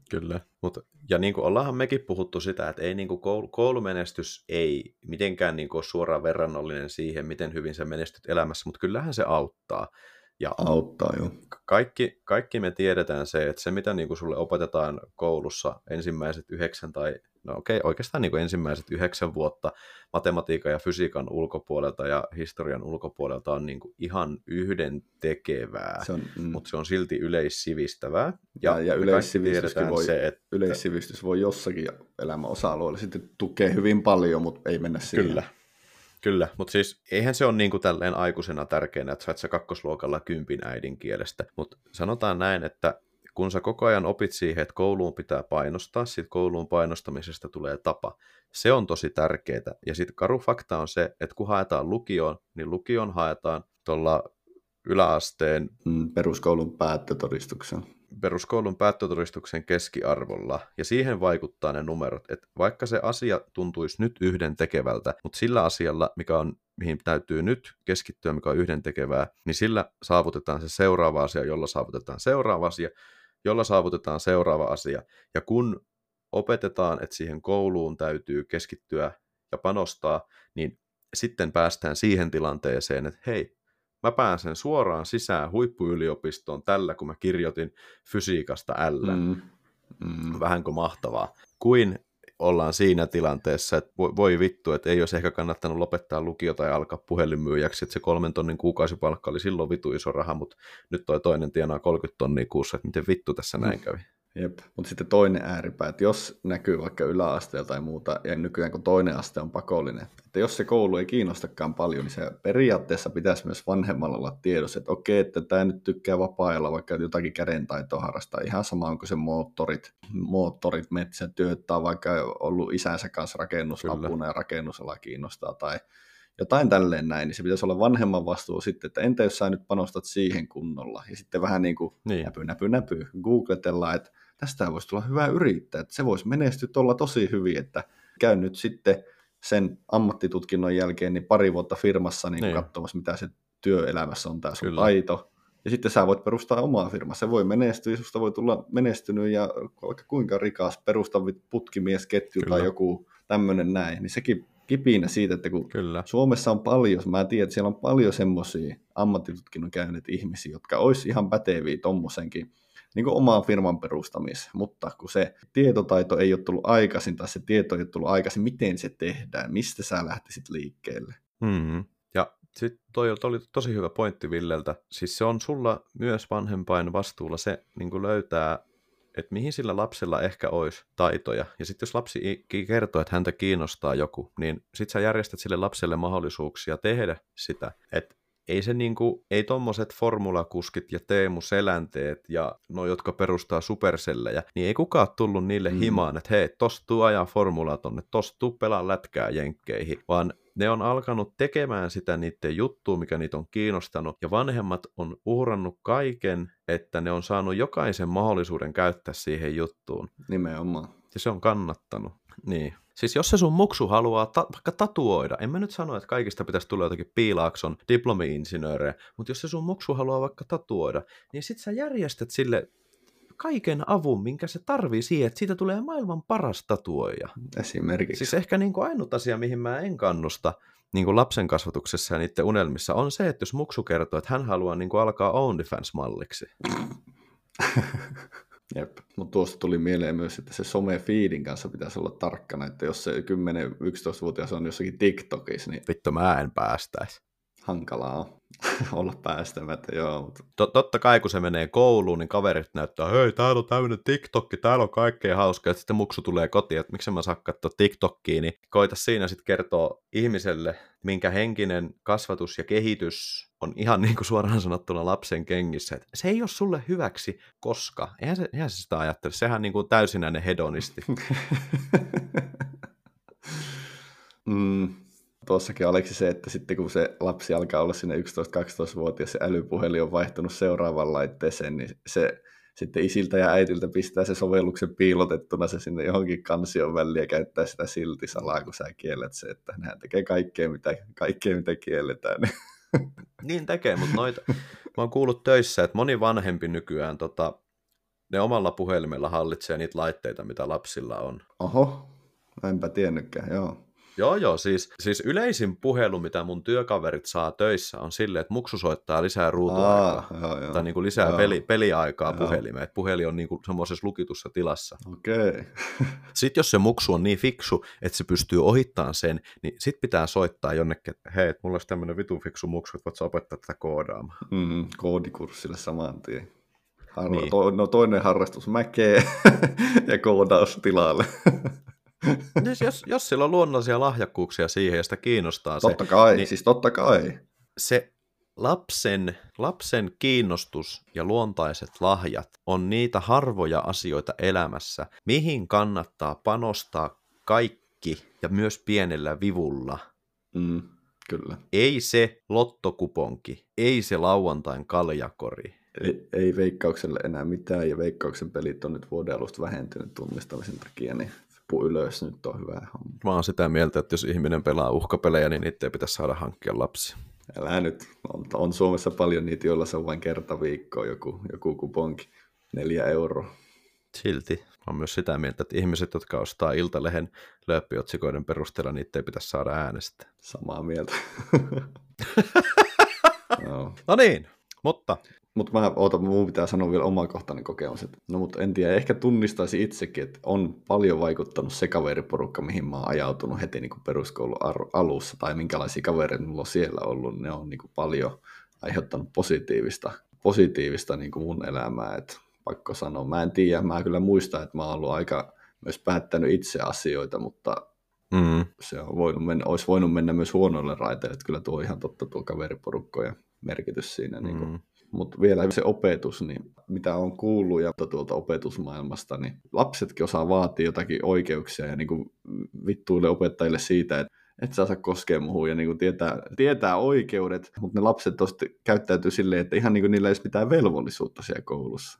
Kyllä, Mut, ja niin kuin ollaanhan mekin puhuttu sitä, että ei niin kuin koulu, koulumenestys ei mitenkään niin kuin ole suoraan verrannollinen siihen, miten hyvin sä menestyt elämässä, mutta kyllähän se auttaa. Ja Auttaa jo. kaikki, kaikki me tiedetään se, että se mitä niin kuin sulle opetetaan koulussa ensimmäiset yhdeksän tai no okei, oikeastaan niin kuin ensimmäiset yhdeksän vuotta matematiikan ja fysiikan ulkopuolelta ja historian ulkopuolelta on niin kuin ihan yhden tekevää, Se on, mm. mutta se on silti yleissivistävää. Ja, ja yleissivistyskin voi, se, että yleissivistys voi jossakin elämän osa-alueella sitten tukea hyvin paljon, mutta ei mennä siihen. Kyllä. Kyllä, mutta siis eihän se ole niin kuin tälleen aikuisena tärkeänä, että sait sä kakkosluokalla kympin äidinkielestä, mutta sanotaan näin, että kun sä koko ajan opit siihen, että kouluun pitää painostaa, siitä kouluun painostamisesta tulee tapa. Se on tosi tärkeää. Ja sitten karu fakta on se, että kun haetaan lukioon, niin lukioon haetaan tuolla yläasteen mm, peruskoulun päättötodistuksen. peruskoulun päättötodistuksen keskiarvolla, ja siihen vaikuttaa ne numerot, että vaikka se asia tuntuisi nyt yhden tekevältä, mutta sillä asialla, mikä on, mihin täytyy nyt keskittyä, mikä on yhden tekevää, niin sillä saavutetaan se seuraava asia, jolla saavutetaan seuraava asia, jolla saavutetaan seuraava asia, ja kun opetetaan, että siihen kouluun täytyy keskittyä ja panostaa, niin sitten päästään siihen tilanteeseen, että hei, mä pääsen suoraan sisään huippuyliopistoon tällä, kun mä kirjoitin fysiikasta L. Mm. Mm. Vähänkö mahtavaa. Kuin ollaan siinä tilanteessa, että voi, voi vittu, että ei olisi ehkä kannattanut lopettaa lukiota ja alkaa puhelinmyyjäksi, että se kolmen tonnin kuukausipalkka oli silloin vitu iso raha, mutta nyt toi toinen tienaa kolmekymmentä tonnia kuussa, että miten vittu tässä näin kävi. Jep, mutta sitten toinen ääripää, että jos näkyy vaikka yläasteella tai muuta, ja nykyään kun toinen aste on pakollinen, että jos se koulu ei kiinnostakaan paljon, niin se periaatteessa pitäisi myös vanhemmalla olla tiedossa, että okei, että tämä nyt tykkää vapaa-ajalla vaikka jotakin kädentaitoa harrastaa, ihan sama onko se moottorit, moottorit metsätyöt, tai vaikka ollut isänsä kanssa rakennusapuna ja rakennusala kiinnostaa, tai jotain tälleen näin, niin se pitäisi olla vanhemman vastuu sitten, että entä jos sä nyt panostat siihen kunnolla, ja sitten vähän niin kuin niin. näpy, näpy, näpy, googletellaan, että tästä voisi tulla hyvä yrittää, että se voisi menestyä tuolla tosi hyvin, että käy nyt sitten sen ammattitutkinnon jälkeen niin pari vuotta firmassa niin niin. katsomassa, mitä se työelämässä on tämä sun taito, ja sitten sä voit perustaa omaa firmaa, se voi menestyä, susta voi tulla menestynyt ja vaikka kuinka rikas perustavit putkimiesketju Kyllä. tai joku tämmöinen näin, niin sekin kipinä siitä, että kun Kyllä. Suomessa on paljon, mä tiedän, että siellä on paljon semmoisia ammattitutkinnon käyneet ihmisiä, jotka olisi ihan päteviä tommosenkin niin kuin omaan firman perustamiseen, mutta kun se tietotaito ei ole tullut aikaisin, tai se tieto ei ole tullut aikaisin, miten se tehdään, mistä sä lähtisit liikkeelle. Mm-hmm. Ja sitten toi oli tosi hyvä pointti Villeltä, siis se on sulla myös vanhempain vastuulla se niin kuin löytää, että mihin sillä lapsella ehkä olisi taitoja. Ja sitten jos lapsi kertoo, että häntä kiinnostaa joku, niin sitten sä järjestät sille lapselle mahdollisuuksia tehdä sitä. Että ei se niinku, ei tommoset formulakuskit ja Teemu Selänteet ja no, jotka perustaa supersellejä, niin ei kukaan tullut niille mm. himaan, että hei, tosta tuu ajaa formulaa tonne, tosta tuu pelaa lätkää jenkkeihin, vaan ne on alkanut tekemään sitä niiden juttua, mikä niitä on kiinnostanut, ja vanhemmat on uhrannut kaiken, että ne on saanut jokaisen mahdollisuuden käyttää siihen juttuun. Nimenomaan. Ja se on kannattanut. Niin. Siis jos se sun muksu haluaa ta- vaikka tatuoida, en mä nyt sano, että kaikista pitäisi tulla jotakin Piilaakson diplomi-insinöörejä, mutta jos se sun muksu haluaa vaikka tatuoida, niin sit sä järjestät sille kaiken avun, minkä se tarvii siihen, että siitä tulee maailman paras tatuoija. Esimerkiksi. Siis ehkä niin kuin ainut asia, mihin mä en kannusta niin kuin lapsen kasvatuksessa ja niiden unelmissa, on se, että jos muksu kertoo, että hän haluaa niin kuin alkaa OnlyFans-malliksi. Jep, mutta tuosta tuli mieleen myös, että se some-feedin kanssa pitäisi olla tarkkana, että jos se kymmenen-yksitoista-vuotias on jossakin TikTokissa, niin vittu mä en päästäisi. Hankalaa olla päästämättä, joo. Mutta Totta kai, kun se menee kouluun, niin kaverit näyttää, hei, täällä on täynnä TikTokki, täällä on kaikkea hauskaa, että sitten muksu tulee kotiin, että miksi mä saa katsoa TikTokkiin, niin koita siinä sitten kertoa ihmiselle, minkä henkinen kasvatus ja kehitys on ihan niin kuin suoraan sanottuna lapsen kengissä, että se ei ole sulle hyväksi, koska, eihän se, eihän se sitä ajattele, sehän niin kuin täysinäinen hedonisti. mm. Tuossakin Aleksi se, että sitten kun se lapsi alkaa olla sinne yksitoista-kaksitoista-vuotias, se älypuhelin on vaihtunut seuraavaan laitteeseen, niin se sitten isiltä ja äitiltä pistää se sovelluksen piilotettuna se sinne johonkin kansion väliin ja käyttää sitä silti salaa, kun sä kiellät se, että nehän tekee kaikkea, mitä, kaikkea, mitä kielletään. Niin tekee, mutta noita, mä oon kuullut töissä, että moni vanhempi nykyään tota, ne omalla puhelimella hallitsee niitä laitteita, mitä lapsilla on. Oho, enpä tiennytkään, joo. Joo, joo, siis, siis yleisin puhelu, mitä mun työkaverit saa töissä, on silleen, että muksu soittaa lisää ruutuaikaa. Aa, joo, joo. Tai niin kuin lisää joo. peli, peliaikaa joo. puhelimeen. Että puhelin on niin kuin semmoisessa lukitussa tilassa. Okei. Okay. Sitten jos se muksu on niin fiksu, että se pystyy ohittamaan sen, niin sit pitää soittaa jonnekin, että hei, että mulla olisi tämmöinen vitun fiksu muksu, että voit sä opettaa tätä koodaamaan. Mm, koodikurssille saman tien. Har- Niin. to- no toinen harrastus mäkeä ja koodaus tilalle. jos, jos sillä on luonnollisia lahjakkuuksia siihen ja sitä kiinnostaa se. Totta kai, niin siis totta kai. Se lapsen, lapsen kiinnostus ja luontaiset lahjat on niitä harvoja asioita elämässä, mihin kannattaa panostaa kaikki ja myös pienellä vivulla. Mm, kyllä. Ei se lottokuponki, ei se lauantain kaljakori. Ei, ei Veikkaukselle enää mitään, ja Veikkauksen pelit on nyt vuoden alusta vähentynyt tunnistamisen takia, niin puu ylös, nyt on hyvä homma. Mä oon sitä mieltä, että jos ihminen pelaa uhkapelejä, niin niitä ei pitäisi saada hankkia lapsia. Älä nyt, on, on Suomessa paljon niitä, joilla se on vain kerta viikkoa joku, joku kuponki, neljä euroa. Silti on myös sitä mieltä, että ihmiset, jotka ostaa Iltalehen lööppiotsikoiden perusteella, niitä ei pitäisi saada äänestää. Samaa mieltä. no. no niin, mutta... Mutta mä ootan, mun pitää sanoa vielä omakohtainen kokemus. Että, no mutta en tiedä, ehkä tunnistaisi itsekin, että on paljon vaikuttanut se kaveriporukka, mihin mä oon ajautunut heti niin kuin peruskoulun alussa, tai minkälaisia kavereita mulla on siellä ollut. Ne on niin kuin paljon aiheuttanut positiivista, positiivista niin kuin mun elämää, että pakko sanoa. Mä en tiedä, mä kyllä muistan, että mä oon ollut aika myös päättänyt itse asioita, mutta mm. se on voinut mennä, olisi voinut mennä myös huonoille raiteille, että kyllä tuo on ihan totta tuo kaveriporukkojen merkitys siinä. Mm. Niin kuin. Mutta vielä se opetus, niin mitä on kuullut ja tuolta opetusmaailmasta, niin lapsetkin osaa vaatia jotakin oikeuksia ja niin kuin vittuille opettajille siitä, että et saa saa koskea muuhun ja niin kuin tietää, tietää oikeudet, mutta ne lapset tosti käyttäytyy silleen, että ihan niin kuin niillä ei ole mitään velvollisuutta siellä koulussa.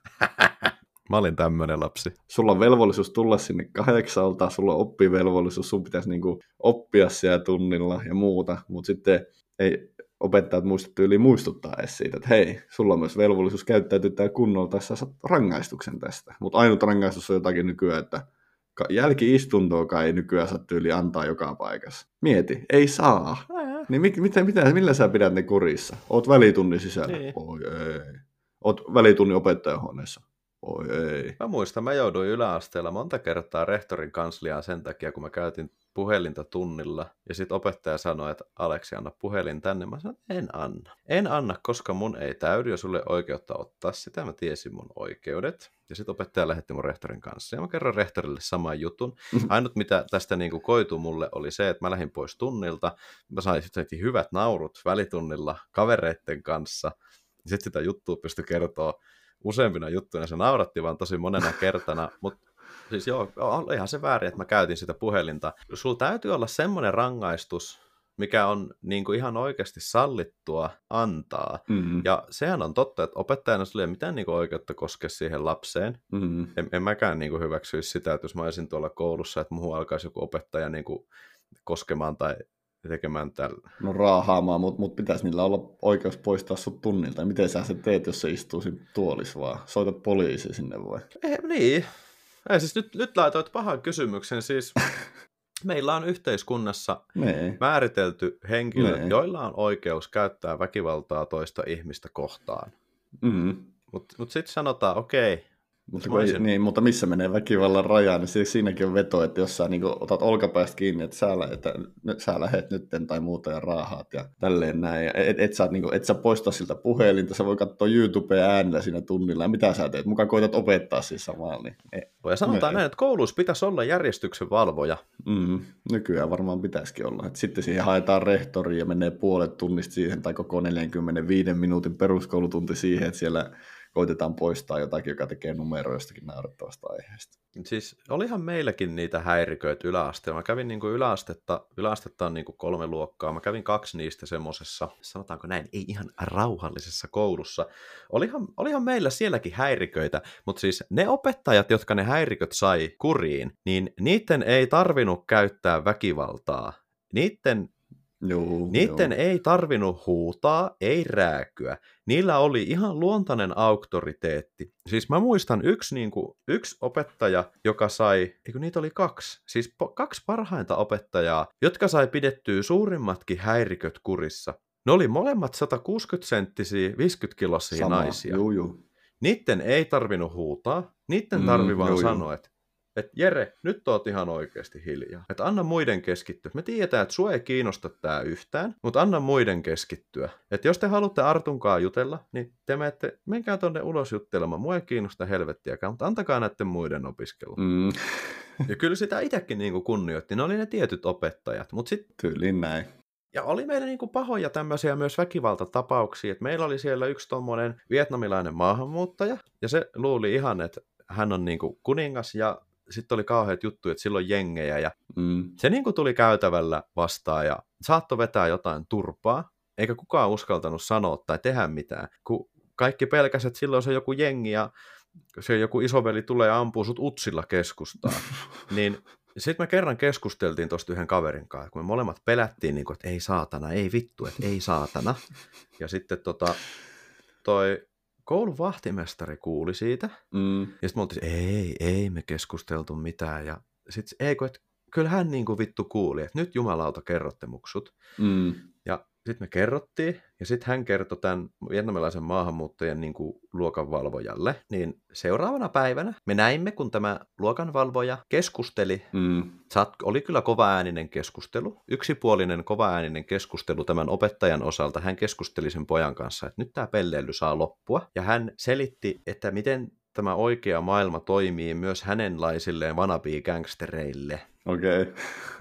Mä olin tämmöinen lapsi. Sulla on velvollisuus tulla sinne kahdeksalta, sulla on oppivelvollisuus, sun pitäisi niin kuin oppia siellä tunnilla ja muuta, mutta sitten ei opettajat muistettu yli muistuttaa edes siitä, että hei, sulla on myös velvollisuus käyttäytyä täällä kunnolla, tai sä saat rangaistuksen tästä. Mutta ainut rangaistus on jotakin nykyään, että jälki-istuntoakaan ei nykyään saa tyyli antaa joka paikassa. Mieti, ei saa. Ää. Niin mit, mitä, mitä, millä sä pidät ne kurissa? Oot välitunnin sisällä? Niin. Oi ei. Oot välitunnin opettajahuoneessa? Oi ei. Mä muistan, mä jouduin yläasteella monta kertaa rehtorin kansliaan sen takia, kun mä käytin puhelinta tunnilla, ja sitten opettaja sanoi, että Aleksi, anna puhelin tänne. Mä sanoin, en anna. En anna, koska mun ei täydy, ja sulle oikeutta ottaa sitä. Mä tiesin mun oikeudet. Ja sitten opettaja lähetti mun rehtorin kanssa. Ja mä kerron rehtorille saman jutun. Ainut, mitä tästä niin kuin koitui mulle, oli se, että mä lähdin pois tunnilta. Mä sain sitten hyvät naurut välitunnilla kavereitten kanssa. Sitten sitä juttua pystyi kertoa useampina juttuina. Se nauratti vaan tosi monena kertana, mutta siis joo, on ihan se väärin, että mä käytin sitä puhelinta. Sulla täytyy olla semmoinen rangaistus, mikä on niin kuin ihan oikeasti sallittua antaa. Mm-hmm. Ja sehän on totta, että opettajana sulla ei ole mitään niin kuin oikeutta koskea siihen lapseen. Mm-hmm. En, en mäkään niin kuin hyväksyisi sitä, että jos mä olisin tuolla koulussa, että muuhun alkaisi joku opettaja niin kuin koskemaan tai tekemään tällä. No raahaamaan, mutta mut pitäisi niillä olla oikeus poistaa sut tunnilta. Miten sä se teet, jos se istuu siinä tuolissa vaan? Soitat poliisi sinne vai? Eh, niin. Ei, siis nyt, nyt laitoit pahan kysymyksen. Siis meillä on yhteiskunnassa nee. määritelty henkilöt, nee. joilla on oikeus käyttää väkivaltaa toista ihmistä kohtaan. Mm-hmm. Mutta mut sitten sanotaan, okei. Okay, mutta, olisin... niin, mutta missä menee väkivallan raja, niin siis siinäkin on veto, että jos sä niin kuin otat olkapäästä kiinni, että sä, että sä lähet nytten tai muuta ja raahaat ja tälleen näin. Ja et, et, sä, niin kuin, et sä poista siltä puhelinta, sä voi katsoa YouTubea äänellä siinä tunnilla ja mitä sä teet, mukaan koetat opettaa siis samalla. Niin ja sanotaan näin, että koulussa pitäisi olla järjestyksen valvoja. Mm, nykyään varmaan pitäisikin olla. Et sitten siihen haetaan rehtori ja menee puolet tunnista siihen tai koko neljänkymmenenviiden minuutin peruskoulutunti siihen, että siellä koitetaan poistaa jotakin, joka tekee numeroa jostakin naurettavasta aiheesta. Siis olihan meilläkin niitä häiriköitä yläasteella. Mä kävin niin kuin yläastetta, yläastetta on niin kuin kolme luokkaa. Mä kävin kaksi niistä semmoisessa, sanotaanko näin, ei ihan rauhallisessa koulussa. Olihan, olihan meillä sielläkin häiriköitä, mutta siis ne opettajat, jotka ne häiriköt sai kuriin, niin niiden ei tarvinnut käyttää väkivaltaa. Niiden Joo, Niiden joo. ei tarvinnut huutaa, ei rääkyä. Niillä oli ihan luontainen auktoriteetti. Siis mä muistan yksi, niin kuin, yksi opettaja, joka sai, eikö niitä oli kaksi, siis po, kaksi parhainta opettajaa, jotka sai pidettyä suurimmatkin häiriköt kurissa. Ne oli molemmat sata kuusikymmentä senttisiä, viisikymmentä kilosia Sama, naisia. juu, juu. Niiden ei tarvinnut huutaa, niiden Mm, tarvi vaan juu, juu. sanoa, että et Jere, nyt oot ihan oikeasti hiljaa. Että anna muiden keskittyä. Me tiedetään, että sua ei kiinnosta tää yhtään, mutta anna muiden keskittyä. Että jos te haluatte Artunkaan jutella, niin te menette, menkää tonne ulos juttelemaan. Mua ei kiinnosta helvettiäkään, mutta antakaa näiden muiden opiskella. Mm. Ja kyllä sitä itsekin niinku kunnioitti. Ne oli ne tietyt opettajat. Mut sit, Tyyliin näin. ja oli meillä niinku pahoja tämmöisiä myös väkivaltatapauksia. Et meillä oli siellä yksi tommonen vietnamilainen maahanmuuttaja, ja se luuli ihan, että hän on niinku kuningas, ja sitten oli kauheat juttuja, että silloin jengejä, ja Mm. se niinku tuli käytävällä vastaan, ja saattoi vetää jotain turpaa, eikä kukaan uskaltanut sanoa tai tehdä mitään, kun kaikki pelkäsivät, että silloin se joku jengi, ja se joku isoveli tulee ja ampuu sut utsilla keskustaan, niin sitten me kerran keskusteltiin tuosta yhden kaverin kanssa, kun me molemmat pelättiin, niin kuin, että ei saatana, ei vittu, että ei saatana. Ja sitten tota, toi koulun vahtimestari kuuli siitä, Mm. ja sitten me oltiin, ei, ei me keskusteltu mitään. Ja sitten, eikö, että kyllä hän niin kuin vittu kuuli, että nyt jumalauta kerrotte muksut. Mm. Ja sitten me kerrottiin, ja sitten hän kertoi tämän vietnamilaisen maahanmuuttajan niin kuin luokanvalvojalle. Niin seuraavana päivänä me näimme, kun tämä luokanvalvoja keskusteli. Mm. Saat, oli kyllä kovaääninen keskustelu, yksipuolinen kovaääninen keskustelu tämän opettajan osalta. Hän keskusteli sen pojan kanssa, että nyt tämä pelleily saa loppua. Ja hän selitti, että miten tämä oikea maailma toimii myös hänenlaisilleen wannabe-gangstereille. Okei. Okay.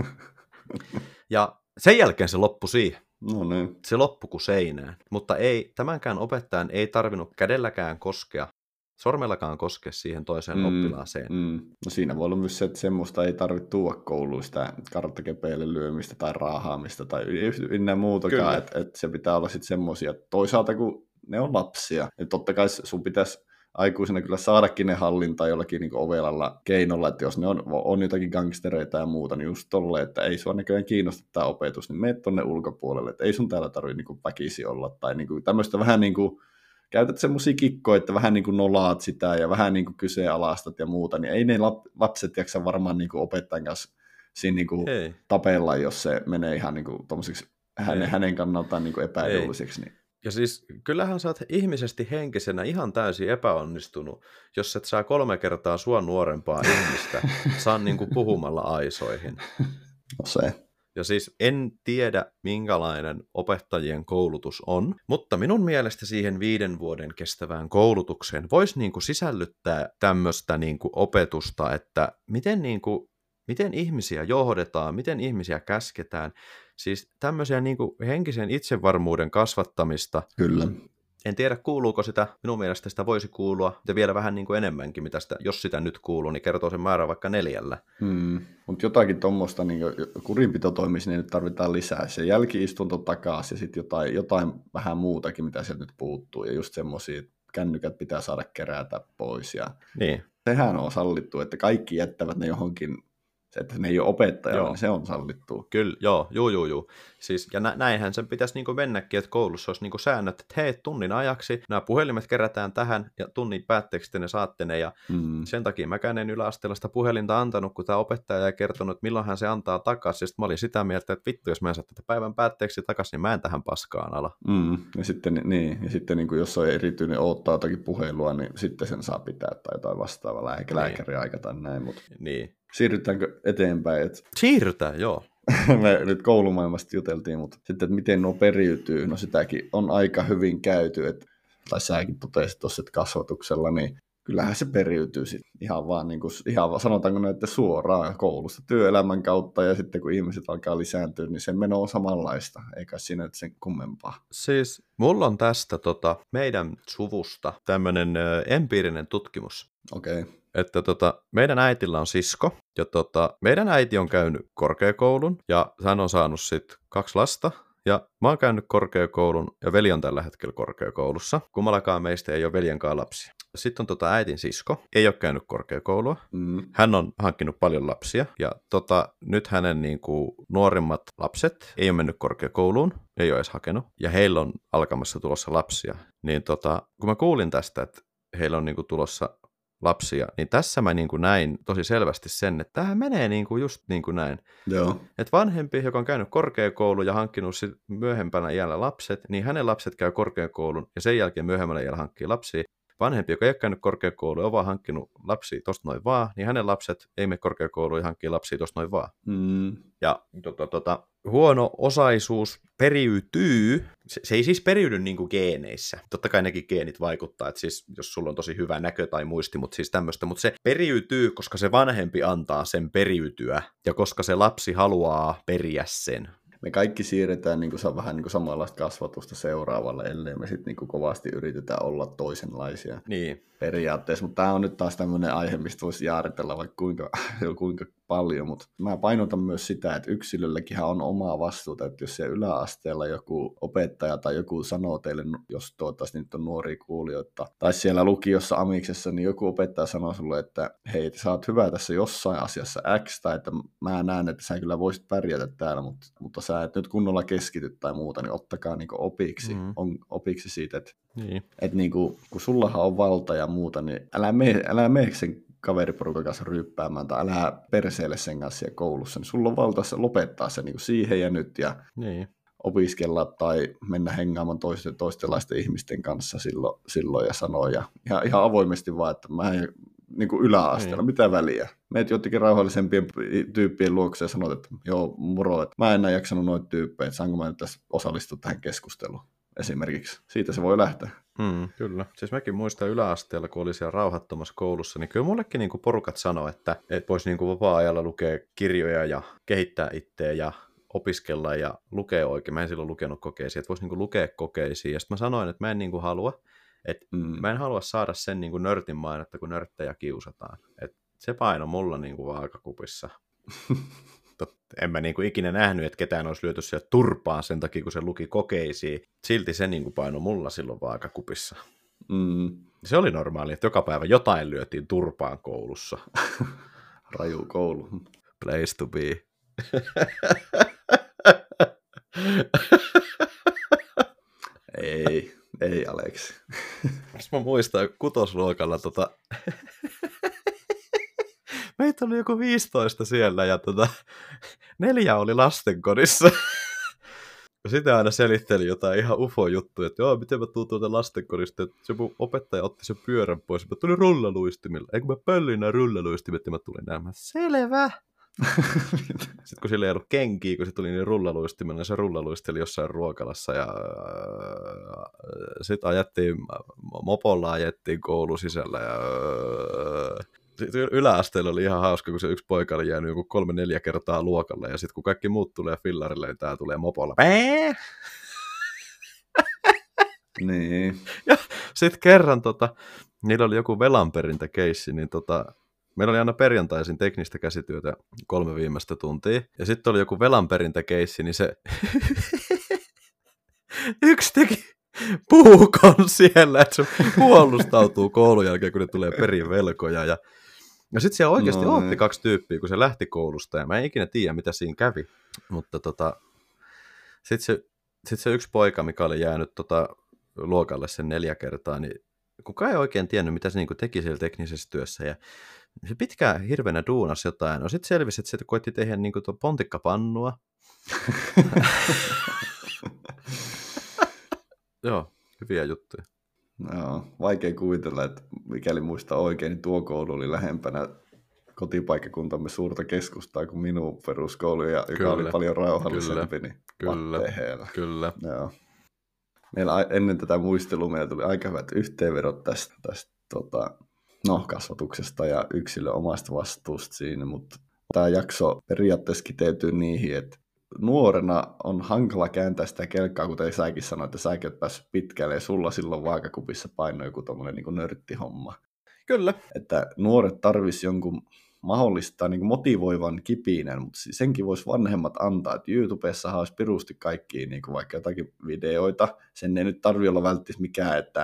Ja sen jälkeen se loppui siihen. No niin. Se loppui kuin seinään. Mutta ei, tämänkään opettajan ei tarvinnut kädelläkään koskea, sormellakaan koskea siihen toiseen mm, oppilaaseen. Mm. No siinä voi olla myös se, että semmoista ei tarvitse tuoda kouluun sitä karttakepeille lyömistä tai raahaamista tai ynnä muutakaan, että et se pitää olla sitten semmoisia. Toisaalta kun ne on lapsia, niin totta kai sun pitäisi aikuisena kyllä saadakin ne hallintaan jollakin niin ovelalla keinolla, että jos ne on, on jotakin gangstereita ja muuta, niin just tolleen, että ei sua näköjään kiinnosta tämä opetus, niin mene tonne ulkopuolelle, että ei sun täällä tarvitse niin väkisi olla, tai niin kuin tämmöistä vähän niin kuin, käytät semmoisia kikkoja, että vähän niin kuin nolaat sitä ja vähän niin kuin kyseenalaistat ja muuta, niin ei ne lapset jaksa varmaan niin kuin opettajan kanssa siinä niin kuin tapella, jos se menee ihan niin kuin tommoseksi hänen, hänen kannaltaan niin kuin epäedulliseksi. Niin. Ja siis kyllähän sä oot ihmisesti henkisenä ihan täysin epäonnistunut, jos et saa kolme kertaa sua nuorempaa ihmistä saa niinku puhumalla aisoihin. No se. Ja siis en tiedä, minkälainen opettajien koulutus on, mutta minun mielestä siihen viiden vuoden kestävään koulutukseen voisi niinku sisällyttää tämmöistä niinku opetusta, että miten, niinku, miten ihmisiä johdetaan, miten ihmisiä käsketään. Siis tämmöisiä niin kuin henkisen itsevarmuuden kasvattamista. Kyllä. En tiedä, kuuluuko sitä. Minun mielestä sitä voisi kuulua. Ja vielä vähän niin kuin enemmänkin, mitä sitä, jos sitä nyt kuuluu, niin kertoo sen määrän vaikka neljällä. Hmm. Mutta jotakin tuommoista niin kurinpitotoimista niin nyt tarvitaan lisää. Se jälki-istunto takaisin ja sitten jotain, jotain vähän muutakin, mitä sieltä nyt puuttuu. Ja just semmoisia kännykät pitää saada kerätä pois. Ja niin. Sehän on sallittu, että kaikki jättävät ne johonkin. Se, että ne ei ole opettajalla, niin se on sallittua. Kyllä, joo, juu, juu, juu. Siis, ja nä- näinhän sen pitäisi niinku mennäkin, että koulussa olisi niinku säännöt, että hei, tunnin ajaksi nämä puhelimet kerätään tähän, ja tunnin päätteeksi te ne saatte ne, ja mm. sen takia mäkään en yläasteella sitä puhelinta antanut, kun tämä opettaja ei kertonut, että milloin hän se antaa takaisin, ja sitten mä olin sitä mieltä, että vittu, jos mä en saa tätä päivän päätteeksi takaisin, niin mä en tähän paskaan ala. Mm. Ja sitten, niin, ja sitten niin kuin jos on erityinen odottaa jotakin puhelua, niin sitten sen saa pitää tai jotain vastaavaa lääkä- lääkäriaika tai näin, mutta... Niin. Siirrytäänkö eteenpäin? Et... Siirrytään, joo. Me nyt koulumaailmasta juteltiin, mutta sitten, että miten nuo periytyy, no sitäkin on aika hyvin käyty, että, tai säkin totesit tuossa, että kasvatuksella, niin kyllähän se periytyy sitten ihan vaan, niin kuin, ihan vaan sanotaanko näitä suoraan koulusta työelämän kautta, ja sitten kun ihmiset alkaa lisääntyä, niin sen meno on samanlaista, eikä siinä sen kummempaa. Siis mulla on tästä tota, meidän suvusta tämmöinen ö, empiirinen tutkimus. Okei. Okay. Että tota, meidän äitillä on sisko, ja tota, meidän äiti on käynyt korkeakoulun, ja hän on saanut sitten kaksi lasta, ja mä oon käynyt korkeakoulun, ja veli on tällä hetkellä korkeakoulussa. Kummallakaan meistä ei ole veljenkaan lapsia. sitten on tota äitin sisko, ei ole käynyt korkeakoulua. Mm. Hän on hankkinut paljon lapsia, ja tota, nyt hänen niin kuin, nuorimmat lapset ei ole mennyt korkeakouluun, ei ole edes hakenut, ja heillä on alkamassa tulossa lapsia. Niin tota, kun mä kuulin tästä, että heillä on niin kuin, tulossa lapsia, niin tässä mä niin kuin näin tosi selvästi sen, että tämähän menee niin kuin just niin kuin näin. Joo. Että vanhempi, joka on käynyt korkeakoulun ja hankkinut sit myöhempänä iällä lapset, niin hänen lapset käy korkeakoulun ja sen jälkeen myöhemmällä iällä hankkii lapsia. Vanhempi, joka ei ole käynyt korkeakoulun ja on vaan hankkinut lapsia tosta noin vaan, niin hänen lapset ei mene korkeakouluun ja hankkii lapsia tosta noin vaan. Mm. Ja tota, tota, huono osaisuus periytyy, se, se ei siis periydy niin kuin geeneissä. Totta kai nekin geenit vaikuttaa, että siis jos sulla on tosi hyvä näkö tai muisti, mutta siis tämmöistä, mutta se periytyy, koska se vanhempi antaa sen periytyä ja koska se lapsi haluaa periä sen. Me kaikki siirretään niin kuin, vähän niin kuin samanlaista kasvatusta seuraavalle, ellei me sitten niin kovasti yritetään olla toisenlaisia Niin. periaatteessa. Mutta tämä on nyt taas tämmöinen aihe, mistä voisi jaaritella vaikka kuinka, kuinka paljon. Mutta mä painotan myös sitä, että yksilölläkin on omaa vastuuta. Että jos siellä yläasteella joku opettaja tai joku sanoo teille, jos toivottavasti nyt on nuoria kuulijoita, tai siellä lukiossa amiksessa, niin joku opettaja sanoo sulle, että hei, sä oot hyvä tässä jossain asiassa X, tai että mä näen, että sä kyllä voisit pärjätä täällä, mutta, mutta sä et nyt kunnolla keskity tai muuta, niin ottakaa niin opiksi, mm. on, opiksi siitä, että, niin. että niin kuin, kun sullahan on valta ja muuta, niin älä mene, älä mene sen kaveriporukan kanssa ryyppäämään tai älä perseelle sen kanssa siellä koulussa, niin sulla on valta lopettaa se niin kuin siihen ja nyt ja niin. opiskella tai mennä hengaamaan toisten, toistenlaisten ihmisten kanssa silloin, silloin ja sanoa ja ihan, ihan avoimesti vaan, että mä en niin kuin yläasteella, niin. Mitä väliä. Meet jotenkin rauhallisempien tyyppien luokse ja sanot, että joo, moro, että mä en enää jaksanut noita tyyppejä, että saanko mä nyt tässä osallistua tähän keskusteluun esimerkiksi. Siitä se voi lähteä. Mm, kyllä. Siis mäkin muistan yläasteella, kun oli siellä rauhattomassa koulussa, niin kyllä mullekin niin kuin porukat sanoi, että, että voisi niin kuin vapaa-ajalla lukea kirjoja ja kehittää itseä ja opiskella ja lukea oikein. Mä en silloin lukenut kokeisiin, että voisi niin kuin lukea kokeisiin. Ja sitten mä sanoin, että mä en niin kuin halua. Et mm. Mä en halua saada sen niin kuin nörtin mainetta, kun nörttejä kiusataan. Et se paino mulla niin kuin vaakakupissa. Tot, en mä niin kuin ikinä nähnyt, että ketään olisi lyöty sieltä turpaan sen takia, kun se luki kokeisiin. Silti se niin kuin paino mulla silloin vaakakupissa. Mm. Se oli normaali, että joka päivä jotain lyötiin turpaan koulussa. Raju koulu. Place to be. Ei. Ei, Aleksi. Mä muistan kutosluokalla tota... meitä oli joku viisitoista siellä ja tota... neljä oli lastenkodissa. Sitä aina selitteli jotain ihan ufo-juttuja, että joo, miten mä tuun tuolta lastenkodista, että se mun opettaja otti sen pyörän pois, mä tulin rullaluistimilla. Eikö mä pöllin nämä rullaluistimet ja mä tulin näin. Selvä! Sitten kun sillä ei ollut kenkiä, kun se tuli niin rullaluistimella, niin se rullaluisteli jossain ruokalassa ja sitten ajettiin, mopolla ajettiin koulu sisällä ja sitten yläasteella oli ihan hauska, kun se yksi poika oli jäänyt joku kolme neljä kertaa luokalle ja sitten kun kaikki muut tulee fillarille, niin tää tulee mopolla. Pää! Niin. Ja sitten kerran tota, niillä oli joku velanperintäkeissi, niin tota, meillä oli aina perjantaisin teknistä käsityötä kolme viimeistä tuntia. Ja sitten oli joku velanperintäkeissi, niin se yksi teki puukon siellä, että se puolustautuu koulun jälkeen, kun ne tulee perin velkoja. Ja, ja sitten siellä oikeasti no, otti kaksi tyyppiä, kun se lähti koulusta. Ja mä en ikinä tiedä, mitä siinä kävi. Mutta tota, sitten se, sit se yksi poika, mikä oli jäänyt tota, luokalle sen neljä kertaa, niin kukaan ei oikein tiennyt, mitä se niinku teki siellä teknisessä työssä. Ja se pitkään hirveänä duunas jotain. No sitten selvisi, että se koitti tehdä niinku tuon pontikkapannua. Joo, hyviä juttuja. Joo, vaikea kuvitella, että mikäli muista oikein, niin tuo koulu oli lähempänä kotipaikkakuntamme suurta keskustaa kuin minun peruskoulu, ja joka oli paljon rauhallisempi. Niin kyllä, kyllä, kyllä. Joo. Meillä ennen tätä muistelua meillä tuli aika hyvät yhteenvedot tästä, tästä tota, no, kasvatuksesta ja yksilön omasta vastuusta siinä, mutta tämä jakso periaatteessa kiteytyy niihin, että nuorena on hankala kääntää sitä kelkkaa, kuten säkin sanoit, että säkin oot päässyt pitkälle ja sulla silloin vaakakupissa painoi joku tommoinen niin kuin nörttihomma. Kyllä. Että nuoret tarvisi jonkun mahdollistaa niin kuin motivoivan kipinän, mutta senkin voisi vanhemmat antaa, että YouTubessa olisi pirusti kaikkia niin kuin vaikka jotakin videoita. Sen ei nyt tarvitse olla välttämättä mikään, että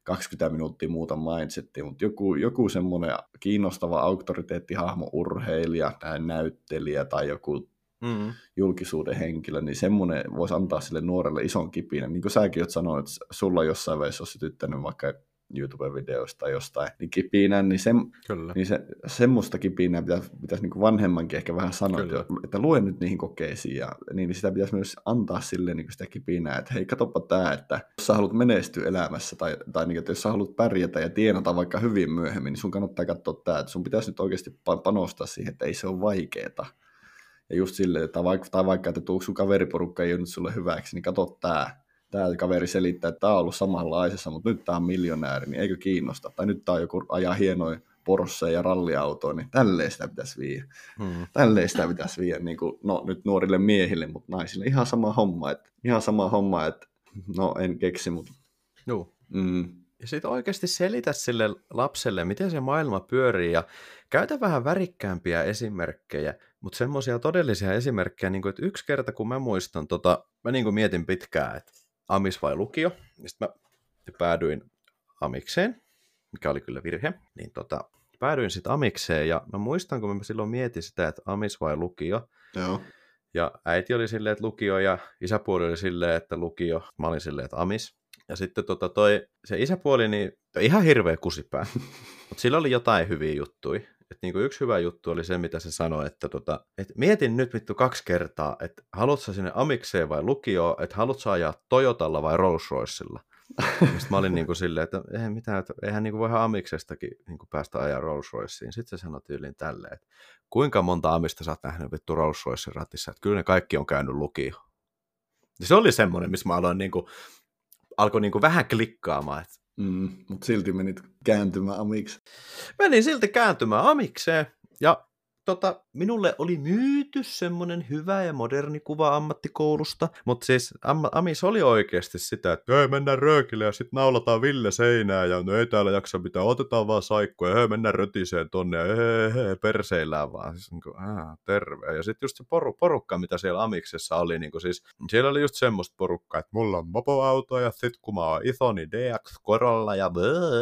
kaksikymmentä minuuttia muuta mindsettiä, mutta joku, joku semmoinen kiinnostava auktoriteettihahmo, urheilija tai näyttelijä tai joku mm-hmm. julkisuuden henkilö, niin semmoinen voisi antaa sille nuorelle ison kipinän. Niin kuin säkin oot sanonut, että sulla jossain vaiheessa olisi sytyttänyt vaikka YouTube-videoista tai jostain, niin kipinän, niin, se, niin se, semmoista kipinää pitäisi, pitäisi niin kuin vanhemmankin ehkä vähän sanoa, että, että lue nyt niihin kokeisiin, ja niin sitä pitäisi myös antaa sille niin kuin sitä kipinää, että hei, katsopa tämä, että jos sä haluat menestyä elämässä, tai, tai niin kuin, että jos sä haluat pärjätä ja tienata vaikka hyvin myöhemmin, niin sun kannattaa katsoa tämä, että sun pitäisi nyt oikeasti panostaa siihen, että ei se ole vaikeeta. Ja just silleen, tai vaikka, tai vaikka että tuo sun kaveriporukka ei ole nyt sulle hyväksi, niin katso tämä. Tämä kaveri selittää, että tämä on ollut samanlaisessa, mutta nyt tämä on miljonääri, niin eikö kiinnosta? Tai nyt tämä on joku ajaa hienoja Porsche ja ralliautoa, niin tälleen sitä pitäisi viedä. Hmm. Tälleen sitä pitäisi viedä, niin kuin, no nyt nuorille miehille, mutta naisille ihan sama homma. Että, ihan sama homma, että no en keksi, mutta... Joo. Mm. Ja sitten oikeasti selitä sille lapselle, miten se maailma pyörii, ja käytä vähän värikkäämpiä esimerkkejä, mutta semmoisia todellisia esimerkkejä, niin kuin, että yksi kerta, kun mä muistan, tota, mä niin kuin mietin pitkään, että amis vai lukio, ja sitten mä päädyin amikseen, mikä oli kyllä virhe, niin tota, päädyin sitten amikseen, ja mä muistan, kun mä silloin mietin sitä, että amis vai lukio, Joo. ja äiti oli silleen, että lukio, ja isäpuoli oli silleen, että lukio, mä olin silleen, että amis, ja sitten tota toi, se isäpuoli, niin ihan hirveä kusipää, mutta sillä oli jotain hyviä juttuja. Et niinku yksi hyvä juttu oli se, mitä se sanoi, että tota, et mietin nyt vittu kaksi kertaa, että haluatko sinne amikseen vai lukioon, että haluatko ajaa Toyotalla vai Rolls-Roycella. Sitten mä olin niinku silleen, että eihän, mitään, että eihän niinku voihan amiksestakin niinku päästä ajaa Rolls-Royceen. Sitten se sanoi tyyliin tälleen, että kuinka monta amista sä oot nähnyt vittu Rolls-Roycen ratissa, että kyllä ne kaikki on käynyt lukio. Ja se oli semmoinen, missä mä aloin niinku, alkoi niinku vähän klikkaamaan, että Mm, mutta silti menit kääntymään amikseen. Menin silti kääntymään amikseen, ja tota, minulle oli myyty semmoinen hyvä ja moderni kuva ammattikoulusta, mutta siis am- amis oli oikeasti sitä, että ei mennään röökille ja sitten naulataan Ville seinään, ja no ei täällä jaksa mitään, otetaan vaan saikkoja, ja mennään rötiseen tonne, ja hei, hei, perseillään vaan, siis niin kuin, ää, terve. Ja sitten just se poru- porukka, mitä siellä amiksessa oli, niin kuin siis, siellä oli just semmoista porukkaa, että mulla on mopoauto, ja sit kun mä oon Ithoni D X Corolla, ja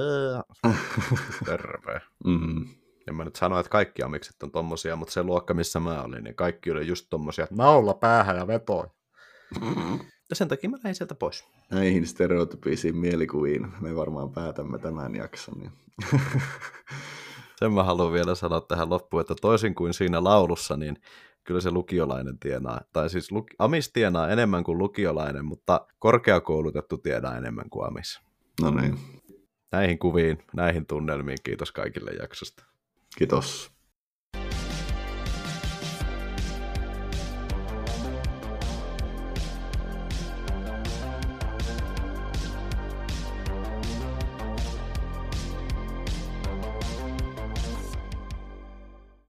terve. Mm. En mä nyt sano, että kaikki amikset on tommosia, mutta se luokka, missä mä olin, niin kaikki oli just tommosia, että naula päähän ja vetoi. Mm-hmm. Ja sen takia mä lähdin sieltä pois. Näihin stereotypisiin mielikuviin me varmaan päätämme tämän jakson. Niin. Sen mä haluan vielä sanoa tähän loppuun, että toisin kuin siinä laulussa, niin kyllä se lukiolainen tienaa, tai siis luki, amis tienaa enemmän kuin lukiolainen, mutta korkeakoulutettu tienaa enemmän kuin amis. No niin. Näihin kuviin, näihin tunnelmiin, kiitos kaikille jaksosta. Kiitos.